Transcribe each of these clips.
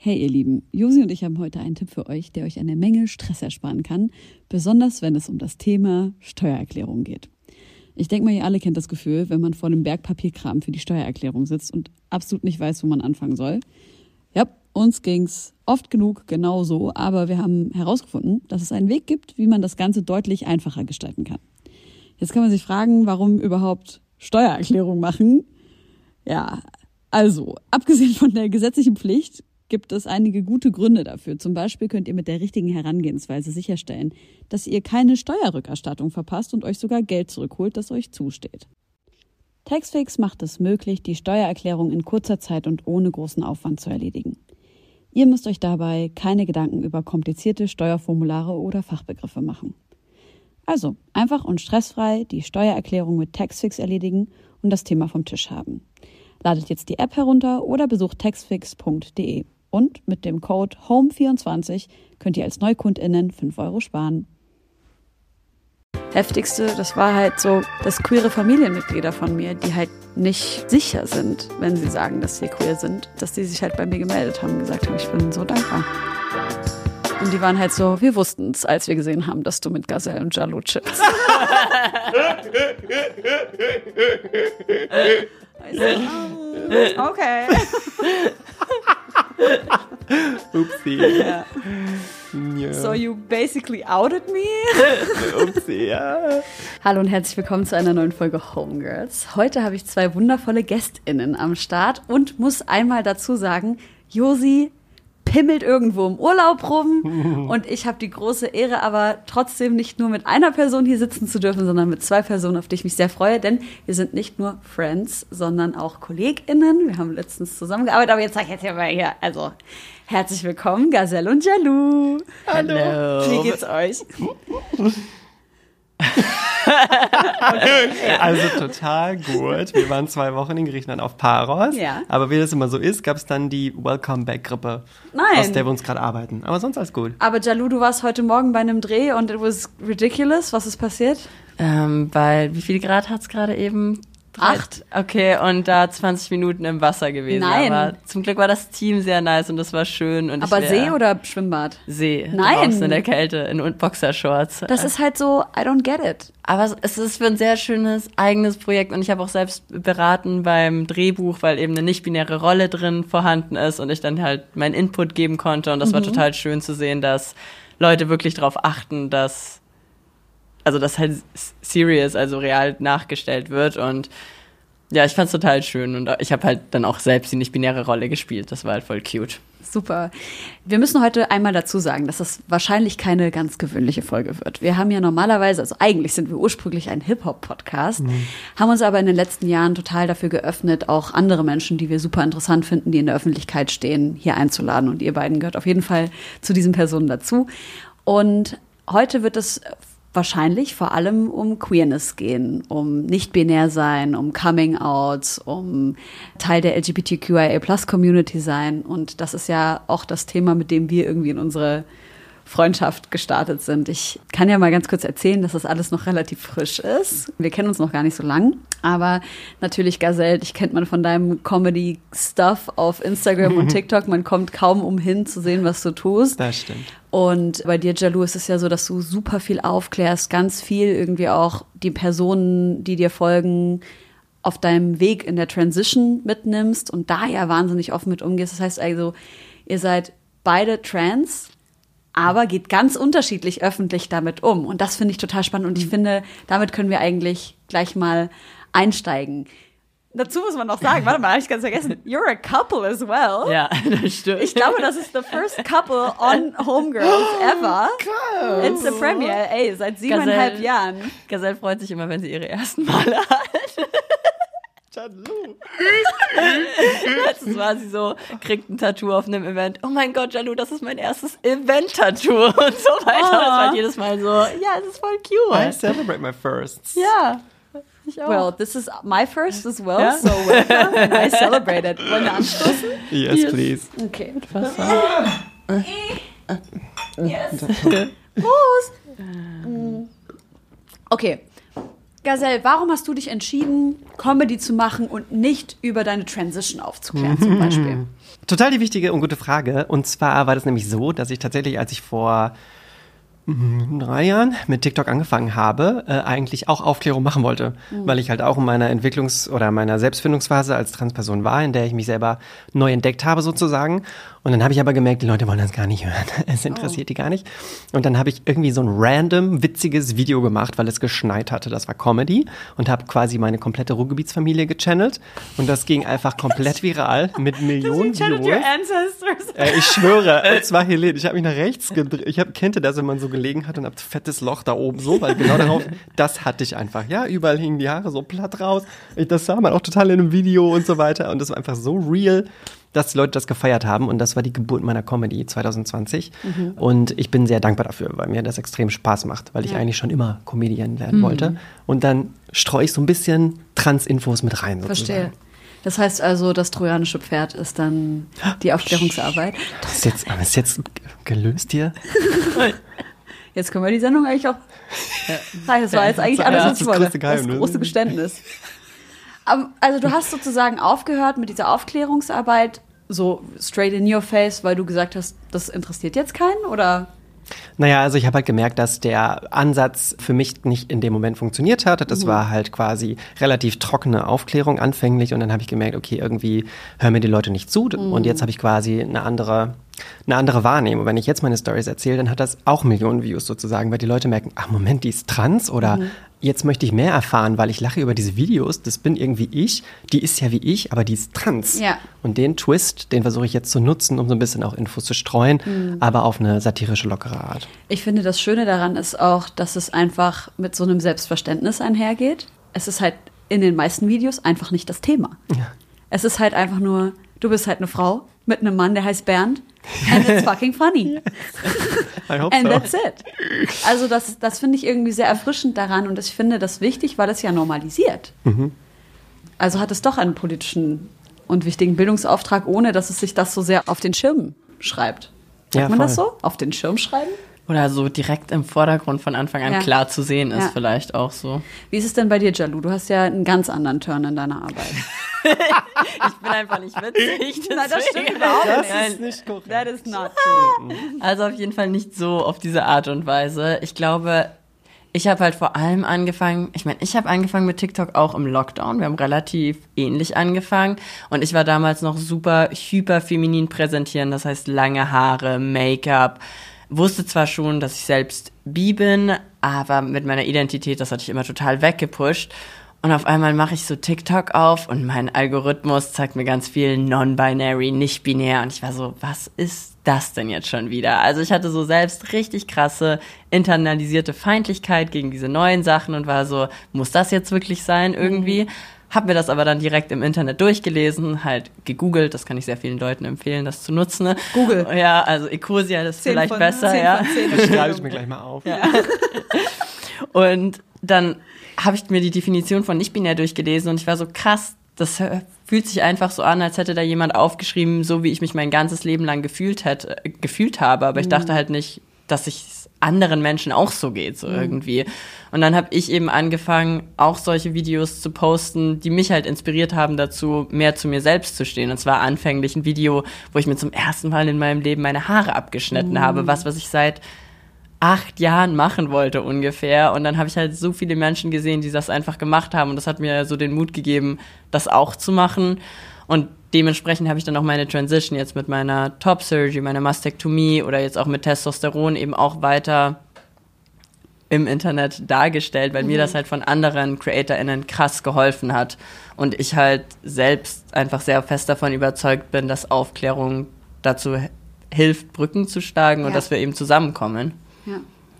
Hey ihr Lieben, Josi und ich haben heute einen Tipp für euch, der euch eine Menge Stress ersparen kann, besonders wenn es um das Thema Steuererklärung geht. Ich denke mal, ihr alle kennt das Gefühl, wenn man vor dem Berg Papierkram für die Steuererklärung sitzt und absolut nicht weiß, wo man anfangen soll. Ja, uns ging's oft genug genauso, aber wir haben herausgefunden, dass es einen Weg gibt, wie man das Ganze deutlich einfacher gestalten kann. Jetzt kann man sich fragen, warum überhaupt Steuererklärung machen? Ja, also, abgesehen von der gesetzlichen Pflicht, gibt es einige gute Gründe dafür. Zum Beispiel könnt ihr mit der richtigen Herangehensweise sicherstellen, dass ihr keine Steuerrückerstattung verpasst und euch sogar Geld zurückholt, das euch zusteht. Taxfix macht es möglich, die Steuererklärung in kurzer Zeit und ohne großen Aufwand zu erledigen. Ihr müsst euch dabei keine Gedanken über komplizierte Steuerformulare oder Fachbegriffe machen. Also einfach und stressfrei die Steuererklärung mit Taxfix erledigen und das Thema vom Tisch haben. Ladet jetzt die App herunter oder besucht taxfix.de. Und mit dem Code HOME24 könnt ihr als NeukundInnen 5 € sparen. Heftigste, das war halt so, dass queere Familienmitglieder von mir, die halt nicht sicher sind, wenn sie sagen, dass sie queer sind, dass die sich halt bei mir gemeldet haben und gesagt haben, ich bin so dankbar. Und die waren halt so, wir wussten es, als wir gesehen haben, dass du mit Gazelle und Jalou chillst. Okay. Upsi. Ja. Ja. So you basically outed me? Upsi, ja. Hallo und herzlich willkommen zu einer neuen Folge Homegirls. Heute habe ich 2 wundervolle GästInnen am Start und muss einmal dazu sagen, Josi pimmelt irgendwo im Urlaub rum und ich habe die große Ehre, aber trotzdem nicht nur mit einer Person hier sitzen zu dürfen, sondern mit 2 Personen, auf die ich mich sehr freue, denn wir sind nicht nur Friends, sondern auch KollegInnen. Wir haben letztens zusammengearbeitet, aber jetzt sag ich jetzt ja mal hier, also herzlich willkommen, Gazelle und Jalou. Hallo. Wie geht's euch? Also total gut. Wir waren 2 Wochen in Griechenland auf Paros. Ja. Aber wie das immer so ist, gab es dann die Welcome-Back-Grippe, Nein. aus der wir uns gerade arbeiten. Aber sonst alles gut. Aber Jalou, du warst heute Morgen bei einem Dreh und it was ridiculous. Was ist passiert? Weil, wie viel Grad hat's gerade eben? 8. Okay, und da 20 Minuten im Wasser gewesen. Nein. Aber zum Glück war das Team sehr nice und das war schön. Und Aber See oder Schwimmbad? See. Nein. Draußen in der Kälte, in Boxershorts. Das ist halt so, I don't get it. Aber es ist für ein sehr schönes eigenes Projekt und ich habe auch selbst beraten beim Drehbuch, weil eben eine nicht-binäre Rolle drin vorhanden ist und ich dann halt meinen Input geben konnte und das war total schön zu sehen, dass Leute wirklich darauf achten, dass halt serious, also real nachgestellt wird und ja, ich fand's total schön und ich habe halt dann auch selbst die nicht-binäre Rolle gespielt, das war halt voll cute. Super. Wir müssen heute einmal dazu sagen, dass das wahrscheinlich keine ganz gewöhnliche Folge wird. Wir haben ja normalerweise, also eigentlich sind wir ursprünglich ein Hip-Hop-Podcast, haben uns aber in den letzten Jahren total dafür geöffnet, auch andere Menschen, die wir super interessant finden, die in der Öffentlichkeit stehen, hier einzuladen. Und ihr beiden gehört auf jeden Fall zu diesen Personen dazu. Und heute wird es wahrscheinlich vor allem um Queerness gehen, um nicht-binär sein, um Coming-Outs, um Teil der LGBTQIA+-Community sein. Und das ist ja auch das Thema, mit dem wir irgendwie in unsere Freundschaft gestartet sind. Ich kann ja mal ganz kurz erzählen, dass das alles noch relativ frisch ist. Wir kennen uns noch gar nicht so lang, aber natürlich, Gazelle, dich kennt man von deinem Comedy-Stuff auf Instagram und TikTok. Man kommt kaum umhin zu sehen, was du tust. Das stimmt. Und bei dir, Jalou, ist es ja so, dass du super viel aufklärst, ganz viel irgendwie auch die Personen, die dir folgen, auf deinem Weg in der Transition mitnimmst und da ja wahnsinnig offen mit umgehst. Das heißt also, ihr seid beide trans, aber geht ganz unterschiedlich öffentlich damit um. Und das finde ich total spannend. Und ich finde, damit können wir eigentlich gleich mal einsteigen. Dazu muss man noch sagen, warte mal, habe ich ganz vergessen, you're a couple as well. Ja, das stimmt. Ich glaube, das ist the first couple on Homegirls ever. Krass. It's a premiere, ey, seit 7,5 Jahren. Gazelle freut sich immer, wenn sie ihre ersten Male hat. Jalou. Letztens war sie so, kriegt ein Tattoo auf einem Event. Oh mein Gott, Jalou, das ist mein erstes Event-Tattoo und so weiter. Das war halt jedes Mal so, ja, es ist voll I cute. celebrate my firsts. Ja, ich auch. Well, this is my first as well, Ja? so welcome and I celebrate it. Wollen wir anstoßen? Yes, please. Okay. Yes. Prost! Okay. Gazelle, warum hast du dich entschieden, Comedy zu machen und nicht über deine Transition aufzuklären zum Beispiel? Total die wichtige und gute Frage. Und zwar war das nämlich so, dass ich tatsächlich, als ich vor 3 Jahren mit TikTok angefangen habe, eigentlich auch Aufklärung machen wollte. Weil ich halt auch in meiner meiner Selbstfindungsphase als Transperson war, in der ich mich selber neu entdeckt habe sozusagen. Und dann habe ich aber gemerkt, die Leute wollen das gar nicht hören. Es interessiert die gar nicht. Und dann habe ich irgendwie so ein random, witziges Video gemacht, weil es geschneit hatte. Das war Comedy. Und habe quasi meine komplette Ruhrgebietsfamilie gechannelt. Und das ging einfach komplett viral mit Millionen Views. Ich schwöre, es war Helene. Ich habe mich nach rechts gedreht. Kennt ihr das, wenn man so gelegen hat und habt ein fettes Loch da oben so? Weil genau darauf, das hatte ich einfach. Ja, überall hingen die Haare so platt raus. Das sah man auch total in einem Video und so weiter. Und das war einfach so real, dass die Leute das gefeiert haben. Und das war die Geburt meiner Comedy 2020. Und ich bin sehr dankbar dafür, weil mir das extrem Spaß macht, weil ich eigentlich schon immer Comedian werden wollte. Und dann streue ich so ein bisschen Trans-Infos mit rein. Sozusagen. Verstehe. Das heißt also, das trojanische Pferd ist dann die Aufklärungsarbeit. Das ist jetzt gelöst hier? Jetzt können wir die Sendung eigentlich auch... Das war jetzt eigentlich alles, was ich wollte. Das große Geständnis. Also du hast sozusagen aufgehört mit dieser Aufklärungsarbeit, so straight in your face, weil du gesagt hast, das interessiert jetzt keinen, oder? Naja, also ich habe halt gemerkt, dass der Ansatz für mich nicht in dem Moment funktioniert hat. Das war halt quasi relativ trockene Aufklärung anfänglich und dann habe ich gemerkt, okay, irgendwie hören mir die Leute nicht zu und jetzt habe ich quasi eine andere Wahrnehmung. Wenn ich jetzt meine Storys erzähle, dann hat das auch Millionen Views sozusagen, weil die Leute merken, ach Moment, die ist trans oder jetzt möchte ich mehr erfahren, weil ich lache über diese Videos, das bin irgendwie ich, die ist ja wie ich, aber die ist trans. Ja. Und den Twist, den versuche ich jetzt zu nutzen, um so ein bisschen auch Infos zu streuen, aber auf eine satirische, lockere Art. Ich finde, das Schöne daran ist auch, dass es einfach mit so einem Selbstverständnis einhergeht. Es ist halt in den meisten Videos einfach nicht das Thema. Ja. Es ist halt einfach nur, du bist halt eine Frau mit einem Mann, der heißt Bernd. And it's fucking funny. I hope And so. that's it. Also das finde ich irgendwie sehr erfrischend daran und ich finde das wichtig, weil es ja normalisiert. Also hat es doch einen politischen und wichtigen Bildungsauftrag, ohne dass es sich das so sehr auf den Schirm schreibt. Sagt man das so? Auf den Schirm schreiben? Oder so direkt im Vordergrund von Anfang an klar zu sehen ist vielleicht auch so. Wie ist es denn bei dir, Jalu? Du hast ja einen ganz anderen Turn in deiner Arbeit. Ich bin einfach nicht witzig. Nein, das stimmt überhaupt nicht. Das ist nicht korrekt. That is not true. Also auf jeden Fall nicht so auf diese Art und Weise. Ich glaube, ich habe halt vor allem angefangen, ich habe angefangen mit TikTok auch im Lockdown. Wir haben relativ ähnlich angefangen. Und ich war damals noch super hyper feminin präsentieren. Das heißt lange Haare, Make-up. Wusste zwar schon, dass ich selbst bi bin, aber mit meiner Identität, das hatte ich immer total weggepusht. Und auf einmal mache ich so TikTok auf und mein Algorithmus zeigt mir ganz viel non-binary, nicht binär. Und ich war so, was ist das denn jetzt schon wieder? Also ich hatte so selbst richtig krasse internalisierte Feindlichkeit gegen diese neuen Sachen und war so, muss das jetzt wirklich sein irgendwie? Hab mir das aber dann direkt im Internet durchgelesen, halt gegoogelt. Das kann ich sehr vielen Leuten empfehlen, das zu nutzen. Ne? Google. Ja, also Ecosia, das ist vielleicht besser. 10 ja. von 10. Das schreibe ich mir gleich mal auf. Ja. Und dann habe ich mir die Definition von nicht-binär durchgelesen und ich war so krass, das fühlt sich einfach so an, als hätte da jemand aufgeschrieben, so wie ich mich mein ganzes Leben lang gefühlt habe. Aber ich dachte halt nicht, dass es anderen Menschen auch so geht, so irgendwie. Und dann habe ich eben angefangen, auch solche Videos zu posten, die mich halt inspiriert haben dazu, mehr zu mir selbst zu stehen. Und zwar anfänglich ein Video, wo ich mir zum ersten Mal in meinem Leben meine Haare abgeschnitten habe, was ich seit 8 Jahren machen wollte ungefähr. Und dann habe ich halt so viele Menschen gesehen, die das einfach gemacht haben. Und das hat mir so den Mut gegeben, das auch zu machen. Und dementsprechend habe ich dann auch meine Transition jetzt mit meiner Top-Surgery, meiner Mastektomie oder jetzt auch mit Testosteron eben auch weiter im Internet dargestellt, weil mir das halt von anderen CreatorInnen krass geholfen hat. Und ich halt selbst einfach sehr fest davon überzeugt bin, dass Aufklärung dazu hilft, Brücken zu schlagen und dass wir eben zusammenkommen. Ja.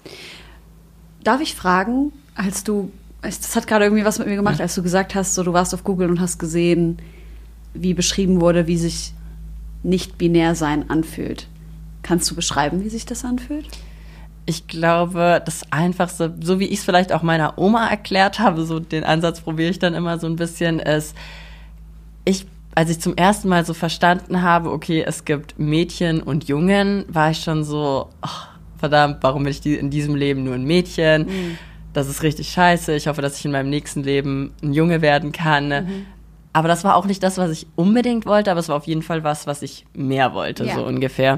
Darf ich fragen, das hat gerade irgendwie was mit mir gemacht, als du gesagt hast, so du warst auf Google und hast gesehen, wie beschrieben wurde, wie sich Nicht-Binär-Sein anfühlt. Kannst du beschreiben, wie sich das anfühlt? Ich glaube, das Einfachste, so wie ich es vielleicht auch meiner Oma erklärt habe, so den Ansatz probiere ich dann immer so ein bisschen, ist, als ich zum ersten Mal so verstanden habe, okay, es gibt Mädchen und Jungen, war ich schon so, verdammt, warum bin ich in diesem Leben nur ein Mädchen? das ist richtig scheiße, ich hoffe, dass ich in meinem nächsten Leben ein Junge werden kann. Aber das war auch nicht das, was ich unbedingt wollte, aber es war auf jeden Fall was ich mehr wollte, so ungefähr.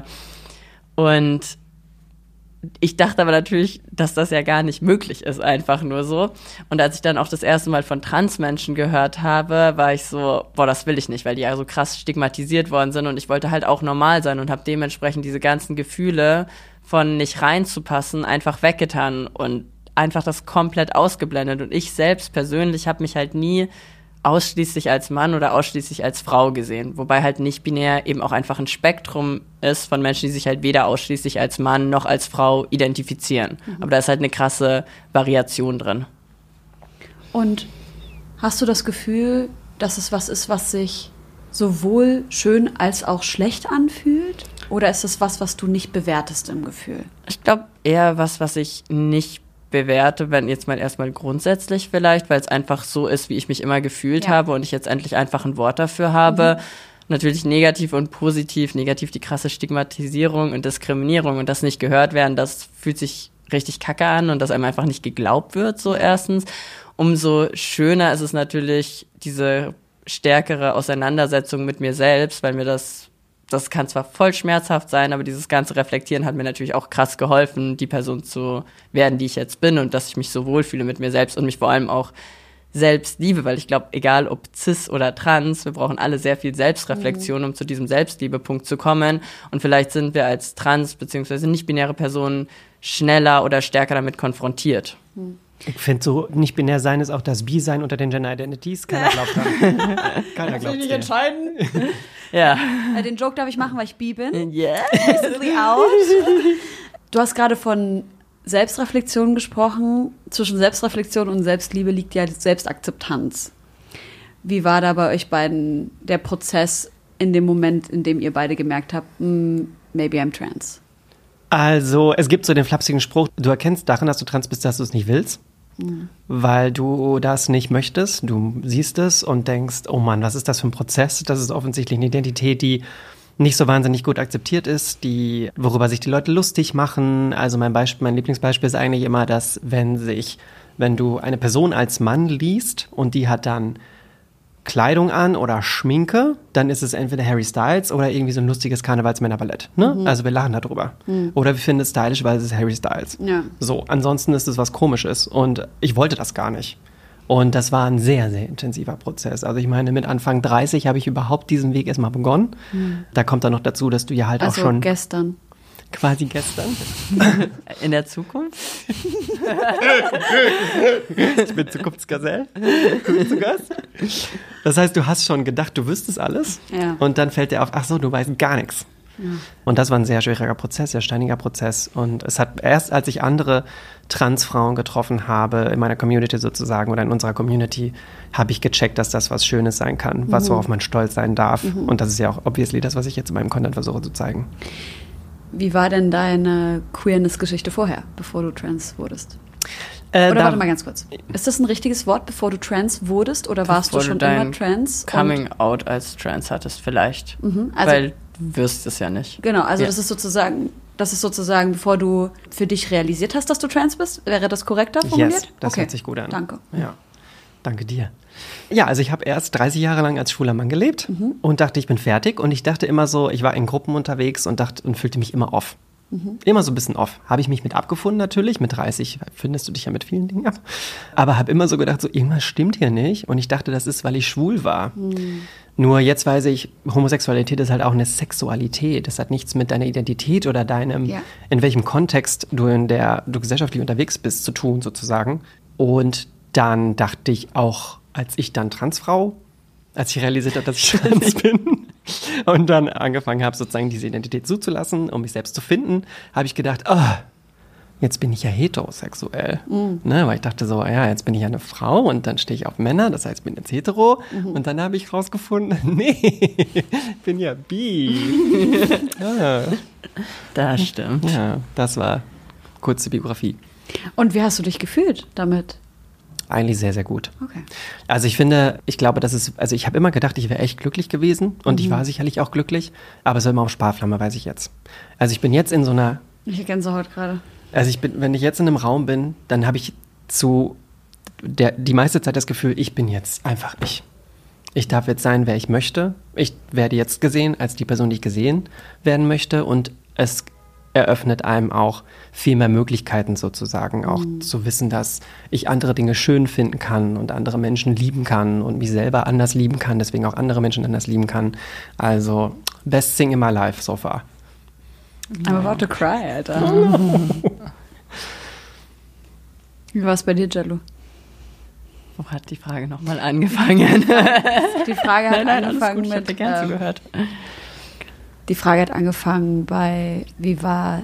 Und ich dachte aber natürlich, dass das ja gar nicht möglich ist, einfach nur so. Und als ich dann auch das erste Mal von Transmenschen gehört habe, war ich so, boah, das will ich nicht, weil die ja so krass stigmatisiert worden sind und ich wollte halt auch normal sein und habe dementsprechend diese ganzen Gefühle von nicht reinzupassen einfach weggetan und einfach das komplett ausgeblendet. Und ich selbst persönlich habe mich halt nie ausschließlich als Mann oder ausschließlich als Frau gesehen. Wobei halt nicht binär eben auch einfach ein Spektrum ist von Menschen, die sich halt weder ausschließlich als Mann noch als Frau identifizieren. Aber da ist halt eine krasse Variation drin. Und hast du das Gefühl, dass es was ist, was sich sowohl schön als auch schlecht anfühlt? Oder ist es was du nicht bewertest im Gefühl? Ich glaube eher was ich nicht bewerte, wenn jetzt mal erstmal grundsätzlich vielleicht, weil es einfach so ist, wie ich mich immer gefühlt habe und ich jetzt endlich einfach ein Wort dafür habe. Natürlich negativ und positiv. Negativ die krasse Stigmatisierung und Diskriminierung und das nicht gehört werden, das fühlt sich richtig kacke an und dass einem einfach nicht geglaubt wird, so erstens. Umso schöner ist es natürlich diese stärkere Auseinandersetzung mit mir selbst, weil mir das kann zwar voll schmerzhaft sein, aber dieses ganze Reflektieren hat mir natürlich auch krass geholfen, die Person zu werden, die ich jetzt bin und dass ich mich so wohlfühle mit mir selbst und mich vor allem auch selbst liebe, weil ich glaube, egal ob cis oder trans, wir brauchen alle sehr viel Selbstreflexion, um zu diesem Selbstliebepunkt zu kommen und vielleicht sind wir als trans- bzw. nicht-binäre Personen schneller oder stärker damit konfrontiert. Ich finde so, nicht binär sein ist auch das Bi-Sein unter den Gender Identities. Keiner glaubt dran. Keiner glaubt nicht entscheiden. Ja. Den Joke darf ich machen, weil ich bi bin. Yeah. Recently out. Du hast gerade von Selbstreflexion gesprochen. Zwischen Selbstreflexion und Selbstliebe liegt ja Selbstakzeptanz. Wie war da bei euch beiden der Prozess in dem Moment, in dem ihr beide gemerkt habt, maybe I'm trans? Also, es gibt so den flapsigen Spruch, du erkennst daran, dass du trans bist, dass du es nicht willst, weil du das nicht möchtest. Du siehst es und denkst, oh Mann, was ist das für ein Prozess? Das ist offensichtlich eine Identität, die nicht so wahnsinnig gut akzeptiert ist, worüber sich die Leute lustig machen. Also mein Lieblingsbeispiel ist eigentlich immer, dass wenn du eine Person als Mann liest und die hat dann Kleidung an oder Schminke, dann ist es entweder Harry Styles oder irgendwie so ein lustiges Karnevalsmännerballett. Ne? Also wir lachen darüber. Oder wir finden es stylisch, weil es ist Harry Styles. Ja. So, ansonsten ist es was Komisches und ich wollte das gar nicht. Und das war ein sehr, sehr intensiver Prozess. Also ich meine, mit Anfang 30 habe ich überhaupt diesen Weg erstmal begonnen. Da kommt dann noch dazu, dass du ja halt auch schon... gestern. Quasi gestern. In der Zukunft? Ich bin Zukunftsgazelle. Zu Gast. Das heißt, du hast schon gedacht, du wüsstest alles. Ja. Und dann fällt dir auf, ach so, du weißt gar nichts. Ja. Und das war ein sehr schwieriger Prozess, sehr steiniger Prozess. Und es hat erst, als ich andere Transfrauen getroffen habe, in meiner Community sozusagen oder in unserer Community, habe ich gecheckt, dass das was Schönes sein kann, worauf man stolz sein darf. Und das ist ja auch obviously das, was ich jetzt in meinem Content versuche zu zeigen. Wie war denn deine Queerness-Geschichte vorher, bevor du trans wurdest? Oder warte mal ganz kurz. Ist das ein richtiges Wort, bevor du trans wurdest? Oder warst du schon immer trans? Coming out als trans hattest vielleicht. Also, weil du wirst es ja nicht. Genau, also das ist sozusagen, bevor du für dich realisiert hast, dass du trans bist? Wäre das korrekter formuliert? Yes, das hört sich gut an. Danke. Ja, danke dir. Ja, also ich habe erst 30 Jahre lang als schwuler Mann gelebt und dachte, ich bin fertig. Und ich dachte immer so, ich war in Gruppen unterwegs und fühlte mich immer off. Immer so ein bisschen off. Habe ich mich mit abgefunden natürlich. Mit 30 findest du dich ja mit vielen Dingen ab. Aber habe immer so gedacht, so irgendwas stimmt hier nicht. Und ich dachte, das ist, weil ich schwul war. Nur jetzt weiß ich, Homosexualität ist halt auch eine Sexualität. Das hat nichts mit deiner Identität oder in welchem Kontext du gesellschaftlich unterwegs bist, zu tun sozusagen. Und dann dachte ich auch, als ich realisiert habe, dass ich trans bin und dann angefangen habe, sozusagen diese Identität zuzulassen, um mich selbst zu finden, habe ich gedacht, jetzt bin ich ja heterosexuell. Ne, weil ich dachte so, ja, jetzt bin ich ja eine Frau und dann stehe ich auf Männer, das heißt, ich bin jetzt hetero. Und dann habe ich rausgefunden, nee, ich bin ja bi. Das stimmt. Ja, das war kurze Biografie. Und wie hast du dich gefühlt damit? Eigentlich sehr, sehr gut. Okay. Also ich glaube, ich habe immer gedacht, ich wäre echt glücklich gewesen und ich war sicherlich auch glücklich, aber es war immer auf Sparflamme, weiß ich jetzt. Also ich bin jetzt in so einer... Ich Gänsehaut gerade. Also wenn ich jetzt in einem Raum bin, dann habe ich die meiste Zeit das Gefühl, ich bin jetzt einfach ich. Ich darf jetzt sein, wer ich möchte. Ich werde jetzt gesehen als die Person, die ich gesehen werden möchte. Und es eröffnet einem auch viel mehr Möglichkeiten sozusagen. Auch zu wissen, dass ich andere Dinge schön finden kann und andere Menschen lieben kann und mich selber anders lieben kann, deswegen auch andere Menschen anders lieben kann. Also, best thing in my life so far. I'm about to cry, Alter. Wie war es bei dir, Jello? Wo hat die Frage nochmal angefangen? Die Frage hat angefangen gut, ich hatte gern zugehört. Die Frage hat angefangen bei, wie war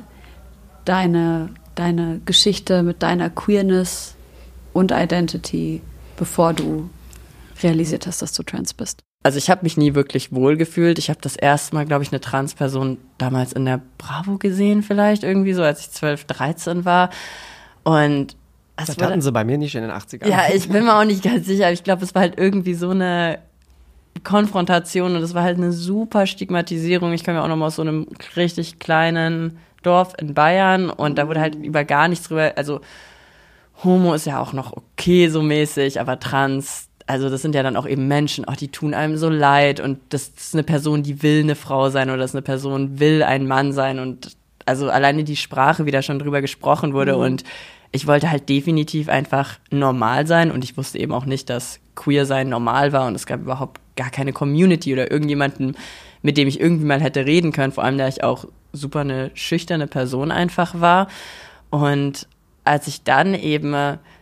deine Geschichte mit deiner Queerness und Identity, bevor du realisiert hast, dass du trans bist? Also ich habe mich nie wirklich wohl gefühlt. Ich habe das erste Mal, glaube ich, eine Transperson damals in der Bravo gesehen vielleicht irgendwie so, als ich 12, 13 war. Und das hatten sie bei mir nicht in den 80ern. Ja, ich bin mir auch nicht ganz sicher. Ich glaube, es war halt irgendwie so eine Konfrontation und es war halt eine super Stigmatisierung. Ich komme ja auch noch mal aus so einem richtig kleinen Dorf in Bayern und da wurde halt über gar nichts drüber, also Homo ist ja auch noch okay so mäßig, aber Trans, also das sind ja dann auch eben Menschen, die tun einem so leid und das ist eine Person, die will eine Frau sein oder das ist eine Person, will ein Mann sein und also alleine die Sprache, wie da schon drüber gesprochen wurde und ich wollte halt definitiv einfach normal sein und ich wusste eben auch nicht, dass queer sein normal war und es gab überhaupt gar keine Community oder irgendjemanden, mit dem ich irgendwie mal hätte reden können, vor allem, da ich auch super eine schüchterne Person einfach war. Und als ich dann eben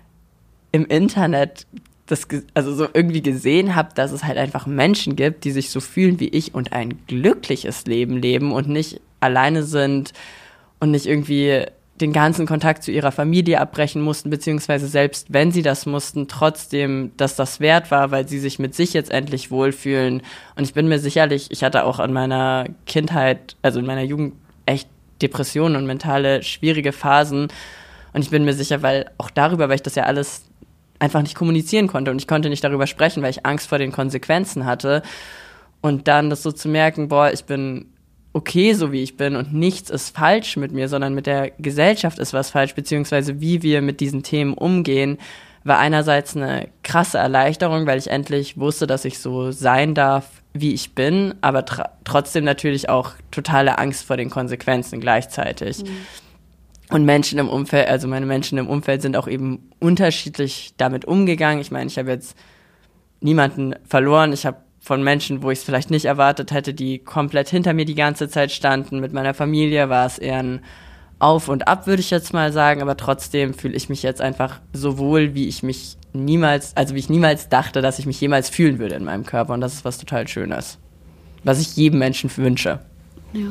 im Internet also so irgendwie gesehen habe, dass es halt einfach Menschen gibt, die sich so fühlen wie ich und ein glückliches Leben leben und nicht alleine sind und nicht irgendwie den ganzen Kontakt zu ihrer Familie abbrechen mussten, beziehungsweise selbst wenn sie das mussten, trotzdem, dass das wert war, weil sie sich mit sich jetzt endlich wohlfühlen. Und ich bin mir sicherlich, ich hatte auch in meiner Kindheit, also in meiner Jugend echt Depressionen und mentale schwierige Phasen. Und ich bin mir sicher, weil ich das ja alles einfach nicht kommunizieren konnte und ich konnte nicht darüber sprechen, weil ich Angst vor den Konsequenzen hatte. Und dann das so zu merken, ich bin okay, so wie ich bin und nichts ist falsch mit mir, sondern mit der Gesellschaft ist was falsch, beziehungsweise wie wir mit diesen Themen umgehen, war einerseits eine krasse Erleichterung, weil ich endlich wusste, dass ich so sein darf, wie ich bin, aber trotzdem natürlich auch totale Angst vor den Konsequenzen gleichzeitig. Und Menschen im Umfeld, also meine Menschen im Umfeld sind auch eben unterschiedlich damit umgegangen. Ich meine, ich habe jetzt niemanden verloren, ich habe von Menschen, wo ich es vielleicht nicht erwartet hätte, die komplett hinter mir die ganze Zeit standen. Mit meiner Familie war es eher ein Auf und Ab, würde ich jetzt mal sagen, aber trotzdem fühle ich mich jetzt einfach so wohl, wie ich niemals dachte, dass ich mich jemals fühlen würde in meinem Körper und das ist was total Schönes, was ich jedem Menschen wünsche. Ja.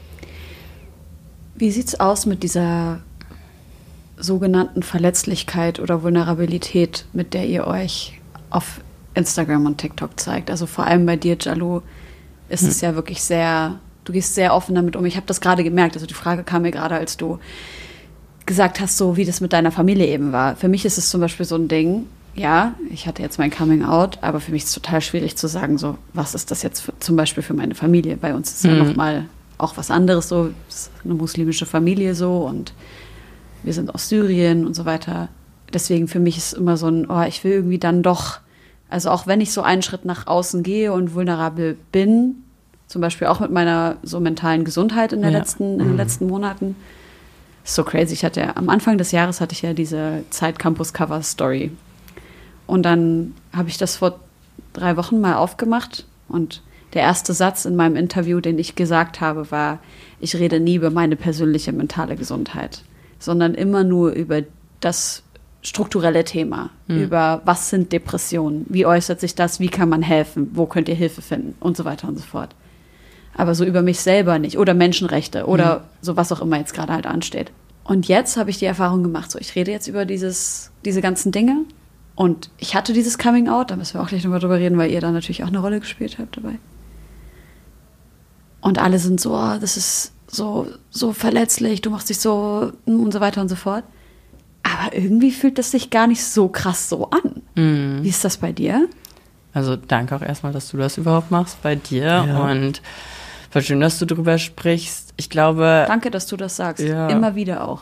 Wie sieht's aus mit dieser sogenannten Verletzlichkeit oder Vulnerabilität, mit der ihr euch auf Instagram und TikTok zeigt? Also vor allem bei dir, Jalou, ist es ja wirklich du gehst sehr offen damit um. Ich habe das gerade gemerkt, also die Frage kam mir gerade, als du gesagt hast, so wie das mit deiner Familie eben war. Für mich ist es zum Beispiel so ein Ding, ja, ich hatte jetzt mein Coming Out, aber für mich ist es total schwierig zu sagen, so, was ist das jetzt zum Beispiel für meine Familie? Bei uns ist ja nochmal auch was anderes so, es ist eine muslimische Familie so und wir sind aus Syrien und so weiter. Deswegen für mich ist immer so ein, ich will irgendwie dann doch, also auch wenn ich so einen Schritt nach außen gehe und vulnerabel bin, zum Beispiel auch mit meiner so mentalen Gesundheit in den letzten Monaten, ist so crazy. Am Anfang des Jahres hatte ich ja diese Zeit Campus Cover Story. Und dann habe ich das vor 3 Wochen mal aufgemacht und der erste Satz in meinem Interview, den ich gesagt habe, war, ich rede nie über meine persönliche mentale Gesundheit, sondern immer nur über das strukturelle Thema, über was sind Depressionen, wie äußert sich das, wie kann man helfen, wo könnt ihr Hilfe finden und so weiter und so fort. Aber so über mich selber nicht oder Menschenrechte oder so was auch immer jetzt gerade halt ansteht. Und jetzt habe ich die Erfahrung gemacht, so ich rede jetzt über diese ganzen Dinge und ich hatte dieses Coming Out, da müssen wir auch gleich nochmal drüber reden, weil ihr da natürlich auch eine Rolle gespielt habt dabei. Und alle sind so, das ist so verletzlich, du machst dich so und so weiter und so fort. Aber irgendwie fühlt das sich gar nicht so krass so an. Wie ist das bei dir? Also danke auch erstmal, dass du das überhaupt machst bei dir und voll schön, dass du drüber sprichst. Ich glaube... Danke, dass du das sagst. Ja. Immer wieder auch, ne?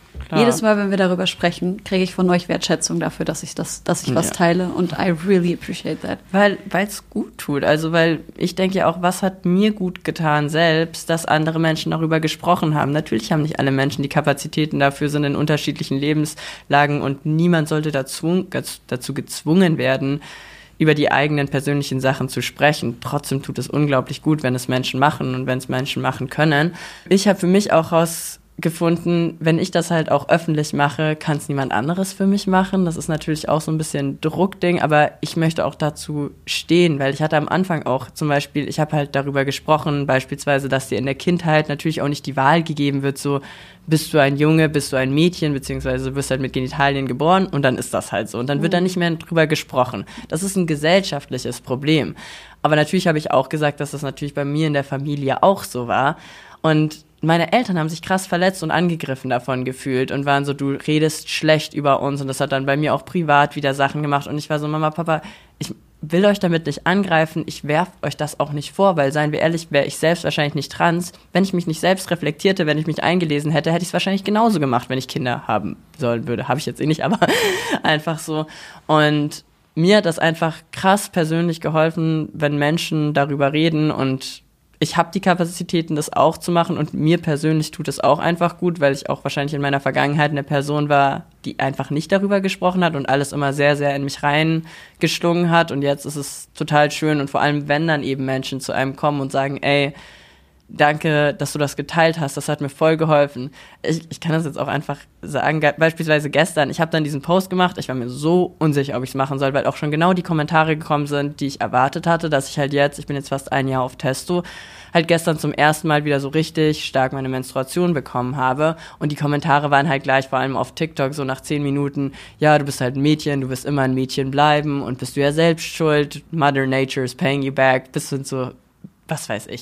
Klar. Jedes Mal, wenn wir darüber sprechen, kriege ich von euch Wertschätzung dafür, dass ich was teile. Und I really appreciate that. Weil es gut tut. Also, weil ich denke ja auch, was hat mir gut getan selbst, dass andere Menschen darüber gesprochen haben. Natürlich haben nicht alle Menschen die Kapazitäten dafür, sind in unterschiedlichen Lebenslagen und niemand sollte dazu gezwungen werden, über die eigenen persönlichen Sachen zu sprechen. Trotzdem tut es unglaublich gut, wenn es Menschen machen und wenn es Menschen machen können. Ich habe für mich auch rausgefunden, wenn ich das halt auch öffentlich mache, kann es niemand anderes für mich machen. Das ist natürlich auch so ein bisschen Druckding, aber ich möchte auch dazu stehen, weil ich hatte am Anfang auch zum Beispiel, ich habe halt darüber gesprochen, beispielsweise, dass dir in der Kindheit natürlich auch nicht die Wahl gegeben wird, so bist du ein Junge, bist du ein Mädchen, beziehungsweise du wirst halt mit Genitalien geboren und dann ist das halt so. Und dann wird da nicht mehr drüber gesprochen. Das ist ein gesellschaftliches Problem. Aber natürlich habe ich auch gesagt, dass das natürlich bei mir in der Familie auch so war. Und meine Eltern haben sich krass verletzt und angegriffen davon gefühlt und waren so, du redest schlecht über uns. Und das hat dann bei mir auch privat wieder Sachen gemacht. Und ich war so, Mama, Papa, ich will euch damit nicht angreifen, ich werfe euch das auch nicht vor, weil, seien wir ehrlich, wäre ich selbst wahrscheinlich nicht trans. Wenn ich mich nicht selbst reflektierte, wenn ich mich eingelesen hätte, hätte ich es wahrscheinlich genauso gemacht, wenn ich Kinder haben sollen würde. Habe ich jetzt nicht, aber einfach so. Und mir hat das einfach krass persönlich geholfen, wenn Menschen darüber reden und ich habe die Kapazitäten, das auch zu machen und mir persönlich tut es auch einfach gut, weil ich auch wahrscheinlich in meiner Vergangenheit eine Person war, die einfach nicht darüber gesprochen hat und alles immer sehr, sehr in mich reingeschlungen hat und jetzt ist es total schön und vor allem, wenn dann eben Menschen zu einem kommen und sagen, ey, danke, dass du das geteilt hast, das hat mir voll geholfen. Ich kann das jetzt auch einfach sagen, beispielsweise gestern, ich habe dann diesen Post gemacht, ich war mir so unsicher, ob ich es machen soll, weil auch schon genau die Kommentare gekommen sind, die ich erwartet hatte, dass ich halt jetzt, ich bin jetzt fast ein Jahr auf Testo, halt gestern zum ersten Mal wieder so richtig stark meine Menstruation bekommen habe und die Kommentare waren halt gleich, vor allem auf TikTok, so nach 10 Minuten, ja, du bist halt ein Mädchen, du wirst immer ein Mädchen bleiben und bist du ja selbst schuld, Mother Nature is paying you back, das sind so, was weiß ich.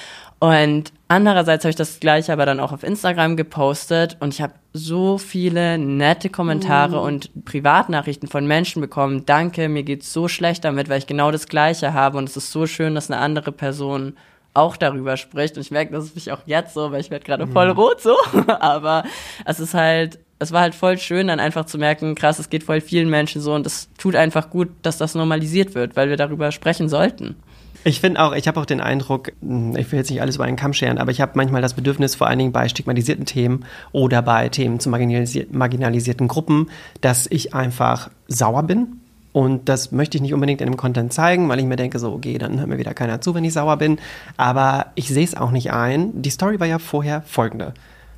Und andererseits habe ich das Gleiche aber dann auch auf Instagram gepostet und ich habe so viele nette Kommentare und Privatnachrichten von Menschen bekommen. Danke, mir geht's so schlecht damit, weil ich genau das Gleiche habe und es ist so schön, dass eine andere Person auch darüber spricht. Und ich merke, das ist mich auch jetzt so, weil ich werde gerade voll rot so. Aber es war halt voll schön, dann einfach zu merken, krass, es geht voll vielen Menschen so und es tut einfach gut, dass das normalisiert wird, weil wir darüber sprechen sollten. Ich finde auch, ich habe auch den Eindruck, ich will jetzt nicht alles über einen Kamm scheren, aber ich habe manchmal das Bedürfnis, vor allen Dingen bei stigmatisierten Themen oder bei Themen zu marginalisierten Gruppen, dass ich einfach sauer bin. Und das möchte ich nicht unbedingt in dem Content zeigen, weil ich mir denke, so, okay, dann hört mir wieder keiner zu, wenn ich sauer bin. Aber ich sehe es auch nicht ein. Die Story war ja vorher folgende.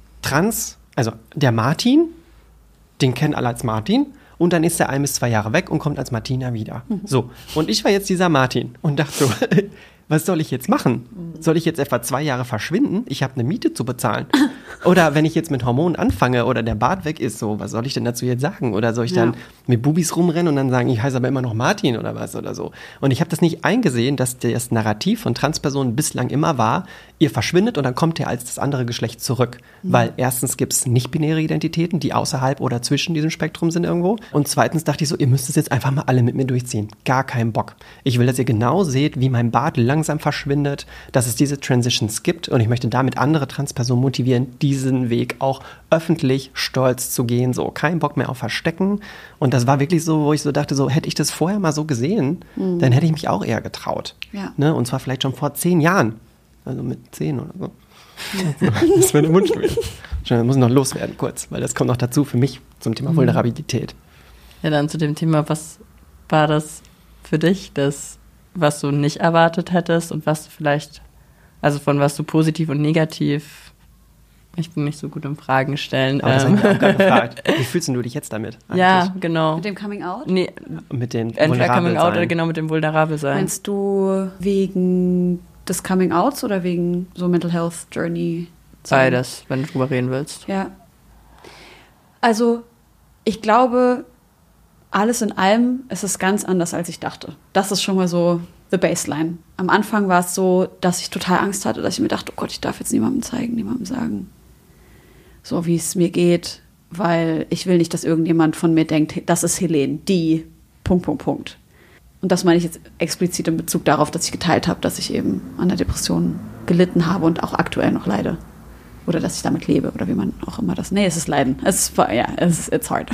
Also der Martin, den kennen alle als Martin. Und dann ist er 1 bis 2 Jahre weg und kommt als Martina wieder. So, und ich war jetzt dieser Martin und dachte so, was soll ich jetzt machen? Soll ich jetzt etwa 2 Jahre verschwinden? Ich habe eine Miete zu bezahlen. Oder wenn ich jetzt mit Hormonen anfange oder der Bart weg ist, so, was soll ich denn dazu jetzt sagen? Oder soll ich dann mit Bubis rumrennen und dann sagen, ich heiße aber immer noch Martin oder was oder so? Und ich habe das nicht eingesehen, dass das Narrativ von Transpersonen bislang immer war, ihr verschwindet und dann kommt ihr als das andere Geschlecht zurück. Weil erstens gibt es nicht-binäre Identitäten, die außerhalb oder zwischen diesem Spektrum sind irgendwo. Und zweitens dachte ich so, ihr müsst es jetzt einfach mal alle mit mir durchziehen. Gar keinen Bock. Ich will, dass ihr genau seht, wie mein Bart langsam verschwindet, dass es diese Transitions gibt und ich möchte damit andere Transpersonen motivieren, diesen Weg auch öffentlich stolz zu gehen. So, kein Bock mehr auf Verstecken. Und das war wirklich so, wo ich so dachte, so hätte ich das vorher mal so gesehen, dann hätte ich mich auch eher getraut. Ja. Ne? Und zwar vielleicht schon vor 10 Jahren. Also mit 10 oder so. Das wäre der Wunsch gewesen. Ich muss noch loswerden kurz, weil das kommt noch dazu für mich zum Thema Vulnerabilität. Ja, dann zu dem Thema, was war das für dich, was du nicht erwartet hättest und was du vielleicht, also von was du positiv und negativ, ich bin nicht so gut im Fragen stellen. Aber das habe ich auch gerade gefragt. Wie fühlst du dich jetzt damit? Eigentlich? Ja, genau. Mit dem Coming Out? Nee, mit dem entweder Coming Out oder genau mit dem Vulnerabel sein. Meinst du wegen des Coming Outs oder wegen so Mental Health Journey? Beides, wenn du drüber reden willst. Ja. Also, ich glaube, alles in allem ist es ganz anders, als ich dachte. Das ist schon mal so the baseline. Am Anfang war es so, dass ich total Angst hatte, dass ich mir dachte, oh Gott, ich darf jetzt niemandem zeigen, niemandem sagen. So wie es mir geht, weil ich will nicht, dass irgendjemand von mir denkt, das ist Helene, die ... Und das meine ich jetzt explizit in Bezug darauf, dass ich geteilt habe, dass ich eben an der Depression gelitten habe und auch aktuell noch leide. Oder dass ich damit lebe oder wie man auch immer das. Nee, es ist Leiden. It's hard.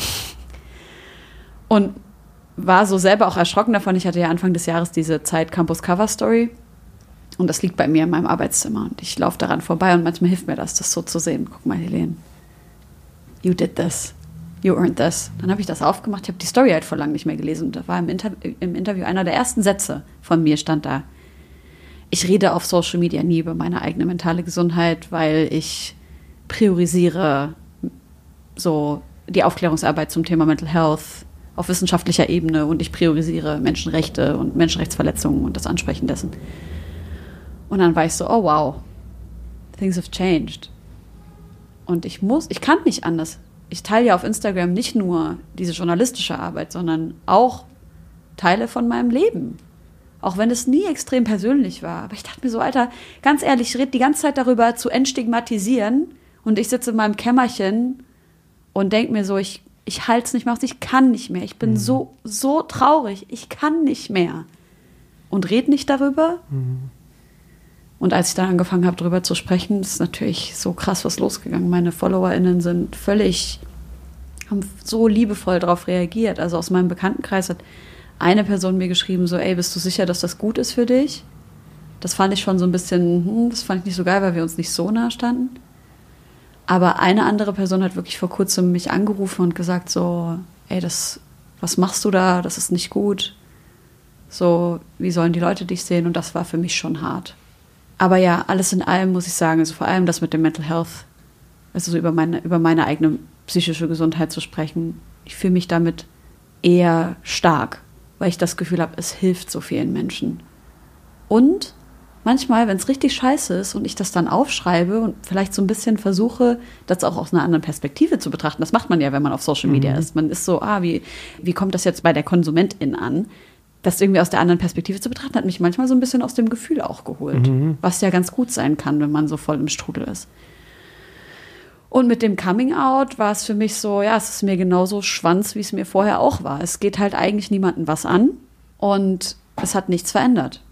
Und war so selber auch erschrocken davon. Ich hatte ja Anfang des Jahres diese Zeit Campus Cover Story. Und das liegt bei mir in meinem Arbeitszimmer. Und ich laufe daran vorbei und manchmal hilft mir das so zu sehen. Guck mal, Helene. You did this. You earned this. Dann habe ich das aufgemacht. Ich habe die Story halt vor lang nicht mehr gelesen. Und da war im Interview einer der ersten Sätze von mir stand da. Ich rede auf Social Media nie über meine eigene mentale Gesundheit, weil ich priorisiere so die Aufklärungsarbeit zum Thema Mental Health auf wissenschaftlicher Ebene und ich priorisiere Menschenrechte und Menschenrechtsverletzungen und das Ansprechen dessen. Und dann war ich so, oh wow, things have changed. Und ich kann nicht anders. Ich teile ja auf Instagram nicht nur diese journalistische Arbeit, sondern auch Teile von meinem Leben. Auch wenn es nie extrem persönlich war. Aber ich dachte mir so, Alter, ganz ehrlich, ich rede die ganze Zeit darüber zu entstigmatisieren und ich sitze in meinem Kämmerchen und denke mir so, ich halte es nicht mehr aus, ich kann nicht mehr. Ich bin so traurig, ich kann nicht mehr. Und rede nicht darüber. Und als ich dann angefangen habe, darüber zu sprechen, ist natürlich so krass was losgegangen. Meine FollowerInnen haben so liebevoll darauf reagiert. Also aus meinem Bekanntenkreis hat eine Person mir geschrieben, so, ey, bist du sicher, dass das gut ist für dich? Das fand ich schon so ein bisschen, das fand ich nicht so geil, weil wir uns nicht so nah standen. Aber eine andere Person hat wirklich vor kurzem mich angerufen und gesagt so, ey, was machst du da? Das ist nicht gut. So, wie sollen die Leute dich sehen? Und das war für mich schon hart. Aber ja, alles in allem muss ich sagen, also vor allem das mit dem Mental Health, also so über meine eigene psychische Gesundheit zu sprechen, ich fühle mich damit eher stark, weil ich das Gefühl habe, es hilft so vielen Menschen. Und manchmal, wenn es richtig scheiße ist und ich das dann aufschreibe und vielleicht so ein bisschen versuche, das auch aus einer anderen Perspektive zu betrachten, das macht man ja, wenn man auf Social Media ist. Man ist so, wie kommt das jetzt bei der KonsumentIn an? Das irgendwie aus der anderen Perspektive zu betrachten, hat mich manchmal so ein bisschen aus dem Gefühl auch geholt. Was ja ganz gut sein kann, wenn man so voll im Strudel ist. Und mit dem Coming-out war es für mich so, ja, es ist mir genauso Schwanz, wie es mir vorher auch war. Es geht halt eigentlich niemandem was an und es hat nichts verändert.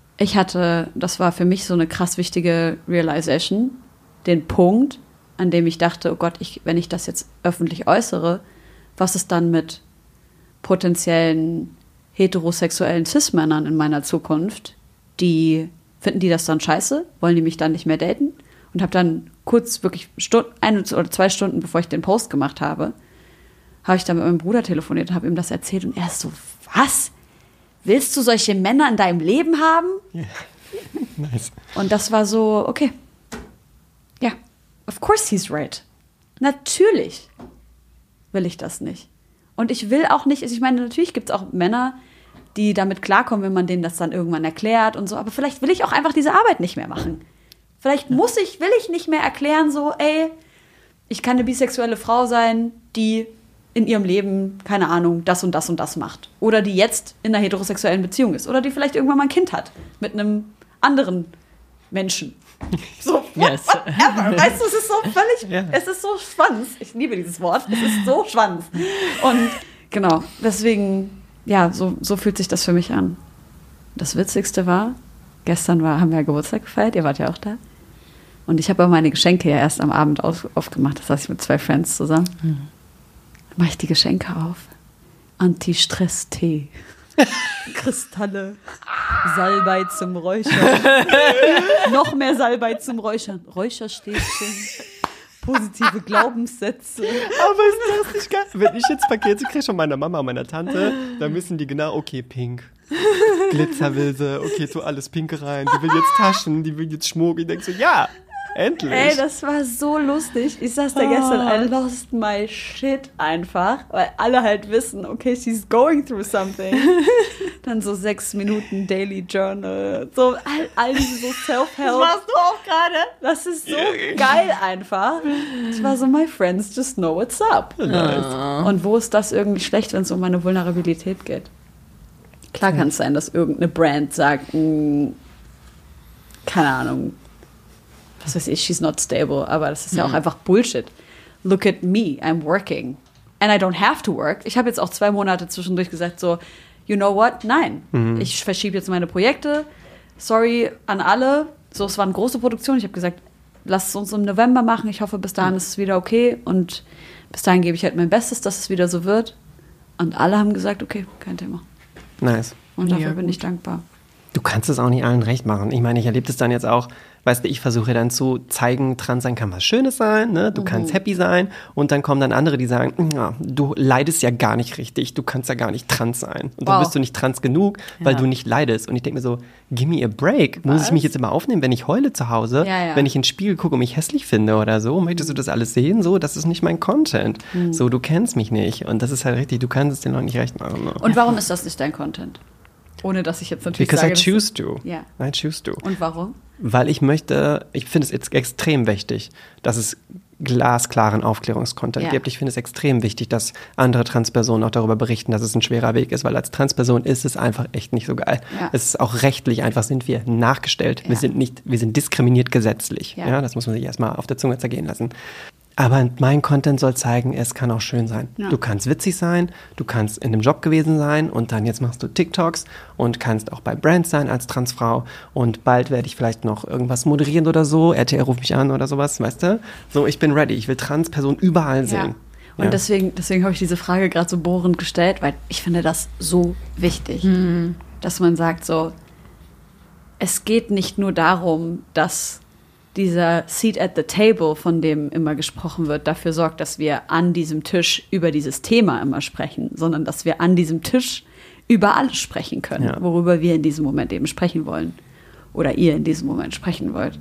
Das war für mich so eine krass wichtige Realization, den Punkt, an dem ich dachte, oh Gott, wenn ich das jetzt öffentlich äußere, was ist dann mit potenziellen heterosexuellen Cis-Männern in meiner Zukunft, finden die das dann scheiße? Wollen die mich dann nicht mehr daten? Und habe dann kurz, wirklich 1 oder 2 Stunden, bevor ich den Post gemacht habe, habe ich dann mit meinem Bruder telefoniert und habe ihm das erzählt. Und er ist so, was? Willst du solche Männer in deinem Leben haben? Yeah. Nice. Und das war so, okay. Ja, of course he's right. Natürlich will ich das nicht. Und ich will auch nicht, also ich meine, natürlich gibt es auch Männer, die damit klarkommen, wenn man denen das dann irgendwann erklärt und so. Aber vielleicht will ich auch einfach diese Arbeit nicht mehr machen. Vielleicht will ich nicht mehr erklären, so, ey, ich kann eine bisexuelle Frau sein, die in ihrem Leben, keine Ahnung, das und das und das macht. Oder die jetzt in einer heterosexuellen Beziehung ist. Oder die vielleicht irgendwann mal ein Kind hat mit einem anderen Menschen. So, whatever. Weißt du, es ist so völlig, es ist so Schwanz. Ich liebe dieses Wort. Es ist so Schwanz. Und genau, deswegen, ja, so fühlt sich das für mich an. Das Witzigste war, gestern haben wir Geburtstag gefeiert, ihr wart ja auch da. Und ich habe aber meine Geschenke ja erst am Abend aufgemacht. Das saß ich mit 2 Friends zusammen. Dann mache ich die Geschenke auf. Anti-Stress-Tee. Kristalle. Salbei zum Räuchern. Noch mehr Salbei zum Räuchern. Räucherstäbchen. Positive Glaubenssätze. Aber ist das nicht geil? Wenn ich jetzt Pakete kriege von meiner Mama und meiner Tante, dann wissen die genau, okay, pink. Glitzer will sie, okay, tu alles Pink rein. Die will jetzt Taschen, die will jetzt Schmuck. Ich denke so, ja, endlich. Ey, das war so lustig. Ich saß da gestern, I lost my shit einfach, weil alle halt wissen, okay, she's going through something. Dann so 6 Minuten Daily Journal, so all diese so Self-Help. Das machst du auch gerade. Das ist so geil einfach. Ich war so, my friends just know what's up. Nice. Und wo ist das irgendwie schlecht, wenn es um meine Vulnerabilität geht? Klar kann es sein, dass irgendeine Brand sagt, keine Ahnung, was weiß ich, she's not stable, aber das ist ja auch einfach Bullshit. Look at me, I'm working. And I don't have to work. Ich habe jetzt auch 2 Monate zwischendurch gesagt so, you know what, nein. Ich verschiebe jetzt meine Projekte. Sorry an alle. So, es war eine große Produktion. Ich habe gesagt, lass es uns im November machen. Ich hoffe, bis dahin ist es wieder okay. Und bis dahin gebe ich halt mein Bestes, dass es wieder so wird. Und alle haben gesagt, okay, kein Thema. Nice. Und dafür bin ich dankbar. Du kannst es auch nicht allen recht machen. Ich meine, ich erlebe das dann jetzt auch, weißt du, ich versuche dann zu zeigen, trans sein kann was Schönes sein, ne? Du kannst happy sein und dann kommen dann andere, die sagen, ja, du leidest ja gar nicht richtig, du kannst ja gar nicht trans sein. Und dann bist du nicht trans genug, weil du nicht leidest. Und ich denke mir so, give me a break. Muss ich mich jetzt immer aufnehmen, wenn ich heule zu Hause, wenn ich in den Spiegel gucke und mich hässlich finde oder so? Möchtest du das alles sehen? So, das ist nicht mein Content. So, du kennst mich nicht. Und das ist halt richtig, du kannst es dir noch nicht recht machen. Ne? Und warum ist das nicht dein Content? Ohne, dass ich jetzt natürlich Because sage, I choose to. Ja. I choose to. Und warum? Weil ich finde es extrem wichtig, dass es glasklaren Aufklärungskontent gibt. Ich finde es extrem wichtig, dass andere Transpersonen auch darüber berichten, dass es ein schwerer Weg ist, weil als Transperson ist es einfach echt nicht so geil. Ja. Es ist auch rechtlich einfach, sind wir nachgestellt. Ja. Wir sind diskriminiert gesetzlich. Ja. Ja, das muss man sich erstmal auf der Zunge zergehen lassen. Aber mein Content soll zeigen, es kann auch schön sein. Ja. Du kannst witzig sein, du kannst in einem Job gewesen sein und dann jetzt machst du TikToks und kannst auch bei Brands sein als Transfrau und bald werde ich vielleicht noch irgendwas moderieren oder so. RTL ruft mich an oder sowas, weißt du? So, ich bin ready. Ich will Transpersonen überall sehen. Und deswegen habe ich diese Frage gerade so bohrend gestellt, weil ich finde das so wichtig, dass man sagt so, es geht nicht nur darum, dass dieser Seat at the table, von dem immer gesprochen wird, dafür sorgt, dass wir an diesem Tisch über dieses Thema immer sprechen, sondern dass wir an diesem Tisch über alles sprechen können, worüber wir in diesem Moment eben sprechen wollen oder ihr in diesem Moment sprechen wollt.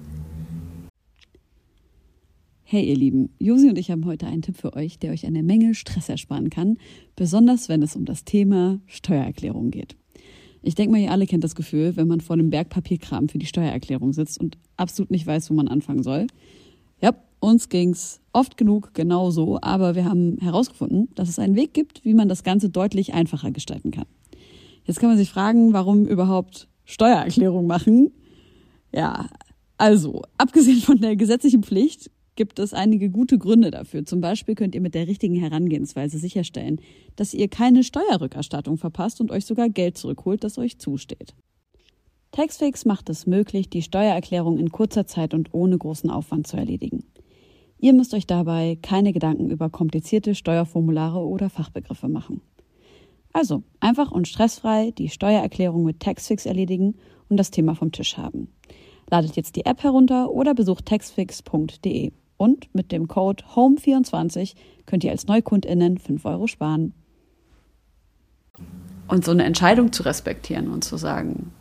Hey ihr Lieben, Josi und ich haben heute einen Tipp für euch, der euch eine Menge Stress ersparen kann, besonders wenn es um das Thema Steuererklärung geht. Ich denke mal, ihr alle kennt das Gefühl, wenn man vor dem Berg Papierkram für die Steuererklärung sitzt und absolut nicht weiß, wo man anfangen soll. Ja, uns ging's oft genug genauso, aber wir haben herausgefunden, dass es einen Weg gibt, wie man das Ganze deutlich einfacher gestalten kann. Jetzt kann man sich fragen, warum überhaupt Steuererklärung machen? Ja, also, abgesehen von der gesetzlichen Pflicht gibt es einige gute Gründe dafür. Zum Beispiel könnt ihr mit der richtigen Herangehensweise sicherstellen, dass ihr keine Steuerrückerstattung verpasst und euch sogar Geld zurückholt, das euch zusteht. Taxfix macht es möglich, die Steuererklärung in kurzer Zeit und ohne großen Aufwand zu erledigen. Ihr müsst euch dabei keine Gedanken über komplizierte Steuerformulare oder Fachbegriffe machen. Also einfach und stressfrei die Steuererklärung mit Taxfix erledigen und das Thema vom Tisch haben. Ladet jetzt die App herunter oder besucht taxfix.de. Und mit dem Code HOME24 könnt ihr als NeukundInnen 5 € sparen. Und so eine Entscheidung zu respektieren und zu sagen,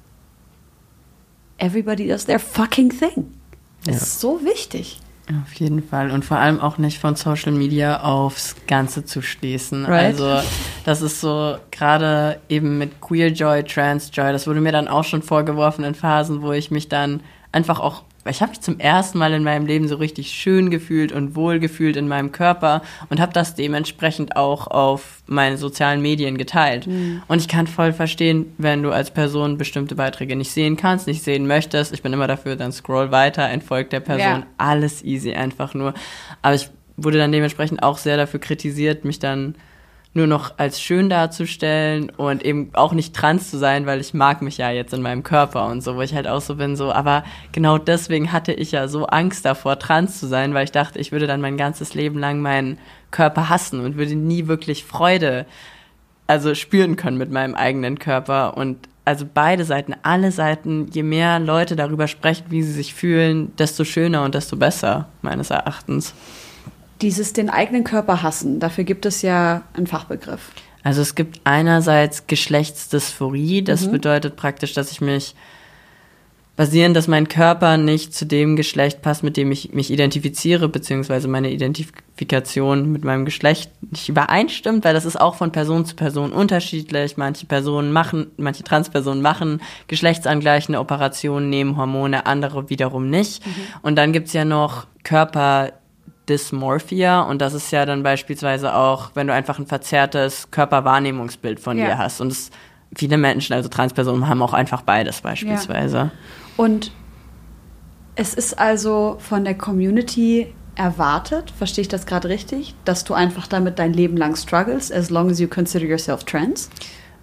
everybody does their fucking thing. Ist so wichtig. Auf jeden Fall. Und vor allem auch nicht von Social Media aufs Ganze zu schließen. Right. Also das ist so, gerade eben mit Queer Joy, Trans Joy, das wurde mir dann auch schon vorgeworfen in Phasen, wo ich mich dann einfach auch, ich habe mich zum ersten Mal in meinem Leben so richtig schön gefühlt und wohl gefühlt in meinem Körper und habe das dementsprechend auch auf meine sozialen Medien geteilt. Und ich kann voll verstehen, wenn du als Person bestimmte Beiträge nicht sehen kannst, nicht sehen möchtest. Ich bin immer dafür, dann scroll weiter, entfolgt der Person, alles easy einfach nur. Aber ich wurde dann dementsprechend auch sehr dafür kritisiert, mich dann nur noch als schön darzustellen und eben auch nicht trans zu sein, weil ich mag mich ja jetzt in meinem Körper und so, wo ich halt auch so bin, so, aber genau deswegen hatte ich ja so Angst davor, trans zu sein, weil ich dachte, ich würde dann mein ganzes Leben lang meinen Körper hassen und würde nie wirklich Freude, also spüren können mit meinem eigenen Körper. Und also beide Seiten, alle Seiten, je mehr Leute darüber sprechen, wie sie sich fühlen, desto schöner und desto besser, meines Erachtens. Dieses den eigenen Körper hassen, dafür gibt es ja einen Fachbegriff. Also es gibt einerseits Geschlechtsdysphorie, das bedeutet praktisch, dass ich mich basierend, dass mein Körper nicht zu dem Geschlecht passt, mit dem ich mich identifiziere, beziehungsweise meine Identifikation mit meinem Geschlecht nicht übereinstimmt, weil das ist auch von Person zu Person unterschiedlich. Manche Transpersonen machen geschlechtsangleichende Operationen, nehmen Hormone, andere wiederum nicht. Und dann gibt's ja noch Körperdysmorphia und das ist ja dann beispielsweise auch, wenn du einfach ein verzerrtes Körperwahrnehmungsbild von dir hast. Und viele Menschen, also Transpersonen, haben auch einfach beides beispielsweise. Ja. Und es ist also von der Community erwartet, verstehe ich das gerade richtig, dass du einfach damit dein Leben lang struggles, as long as you consider yourself trans?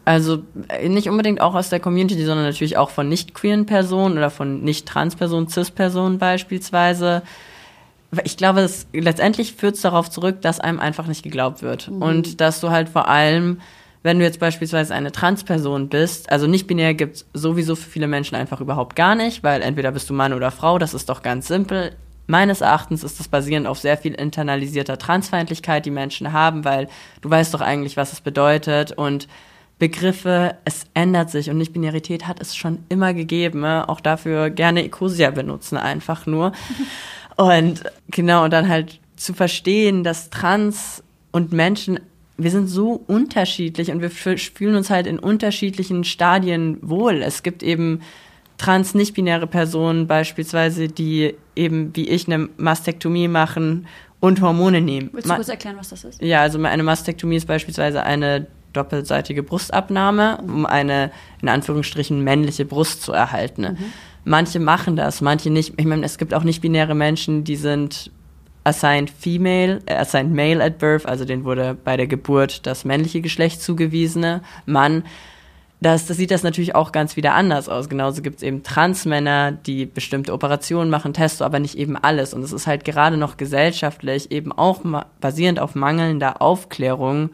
Also nicht unbedingt auch aus der Community, sondern natürlich auch von nicht-queeren Personen oder von nicht-trans-Personen, cis-Personen beispielsweise. Ich glaube, letztendlich führt es darauf zurück, dass einem einfach nicht geglaubt wird. Und dass du halt vor allem, wenn du jetzt beispielsweise eine Trans-Person bist, also nicht-binär gibt es sowieso für viele Menschen einfach überhaupt gar nicht, weil entweder bist du Mann oder Frau, das ist doch ganz simpel. Meines Erachtens ist das basierend auf sehr viel internalisierter Transfeindlichkeit, die Menschen haben, weil du weißt doch eigentlich, was es bedeutet und Begriffe, es ändert sich und Nicht-Binarität hat es schon immer gegeben. Auch dafür gerne Ecosia benutzen, einfach nur. Und genau, und dann halt zu verstehen, dass Trans und Menschen, wir sind so unterschiedlich und wir fühlen uns halt in unterschiedlichen Stadien wohl. Es gibt eben trans-nicht-binäre Personen beispielsweise, die eben wie ich eine Mastektomie machen und Hormone nehmen. Willst du kurz erklären, was das ist? Ja, also eine Mastektomie ist beispielsweise eine doppelseitige Brustabnahme, um eine, in Anführungsstrichen, männliche Brust zu erhalten. Manche machen das, manche nicht. Ich meine, es gibt auch nicht-binäre Menschen, die sind assigned male at birth, also denen wurde bei der Geburt das männliche Geschlecht zugewiesene Mann. Das sieht das natürlich auch ganz wieder anders aus. Genauso gibt es eben Transmänner, die bestimmte Operationen machen, Testo, aber nicht eben alles. Und es ist halt gerade noch gesellschaftlich eben auch basierend auf mangelnder Aufklärung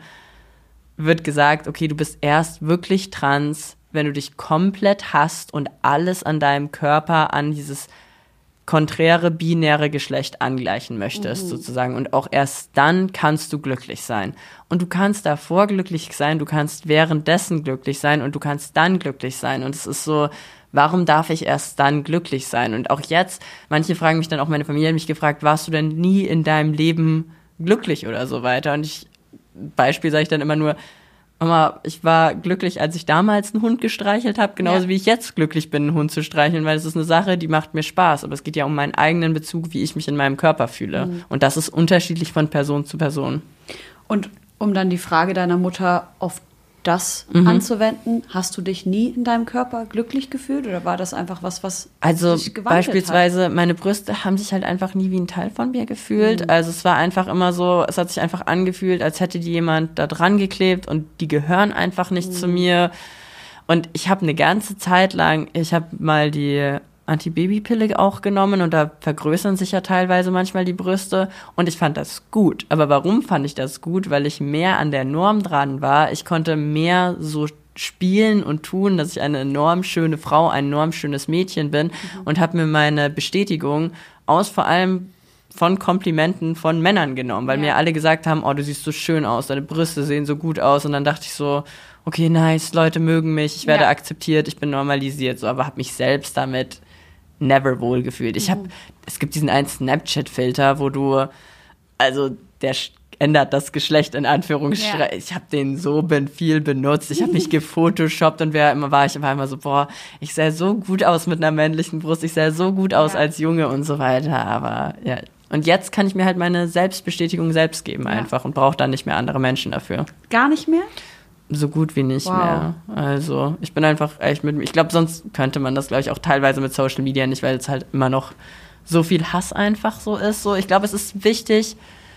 wird gesagt, okay, du bist erst wirklich trans, wenn du dich komplett hasst und alles an deinem Körper an dieses konträre, binäre Geschlecht angleichen möchtest, sozusagen. Und auch erst dann kannst du glücklich sein. Und du kannst davor glücklich sein, du kannst währenddessen glücklich sein und du kannst dann glücklich sein. Und es ist so, warum darf ich erst dann glücklich sein? Und auch jetzt, manche fragen mich dann, auch meine Familie hat mich gefragt, warst du denn nie in deinem Leben glücklich oder so weiter? Und Beispiel sage ich dann immer nur, Mama, ich war glücklich, als ich damals einen Hund gestreichelt habe, genauso wie ich jetzt glücklich bin, einen Hund zu streicheln, weil es ist eine Sache, die macht mir Spaß. Aber es geht ja um meinen eigenen Bezug, wie ich mich in meinem Körper fühle. Und das ist unterschiedlich von Person zu Person. Und um dann die Frage deiner Mutter auf das anzuwenden, hast du dich nie in deinem Körper glücklich gefühlt oder war das einfach was also sich gewandelt beispielsweise hat? Meine Brüste haben sich halt einfach nie wie ein Teil von mir gefühlt. Also es war einfach immer so, es hat sich einfach angefühlt, als hätte die jemand da dran geklebt und die gehören einfach nicht zu mir. Und ich habe eine ganze Zeit lang, ich habe mal die Antibabypille auch genommen und da vergrößern sich ja teilweise manchmal die Brüste und ich fand das gut. Aber warum fand ich das gut? Weil ich mehr an der Norm dran war. Ich konnte mehr so spielen und tun, dass ich eine enorm schöne Frau, ein enorm schönes Mädchen bin und habe mir meine Bestätigung aus vor allem von Komplimenten von Männern genommen, weil mir alle gesagt haben, oh, du siehst so schön aus, deine Brüste sehen so gut aus und dann dachte ich so, okay, nice, Leute mögen mich, ich werde akzeptiert, ich bin normalisiert, so, aber habe mich selbst damit never wohl gefühlt. Es gibt diesen einen Snapchat-Filter, wo du, also der ändert das Geschlecht in Anführungsstrichen. Ich habe den so viel benutzt. Ich habe mich gefotoshoppt und war immer so, boah, ich sehe so gut aus mit einer männlichen Brust, ich sehe so gut aus als Junge und so weiter. Aber ja. Und jetzt kann ich mir halt meine Selbstbestätigung selbst geben einfach und brauche dann nicht mehr andere Menschen dafür. Gar nicht mehr? So gut wie nicht mehr. Also ich bin einfach echt ich glaube, sonst könnte man das, glaube ich, auch teilweise mit Social Media nicht, weil es halt immer noch so viel Hass einfach so ist. So, ich glaube, es ist wichtig,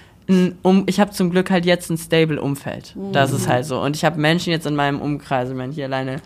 ich habe zum Glück halt jetzt ein stable Umfeld. Das ist halt so. Und ich habe Menschen jetzt in meinem Umkreis, ich meine, hier alleine,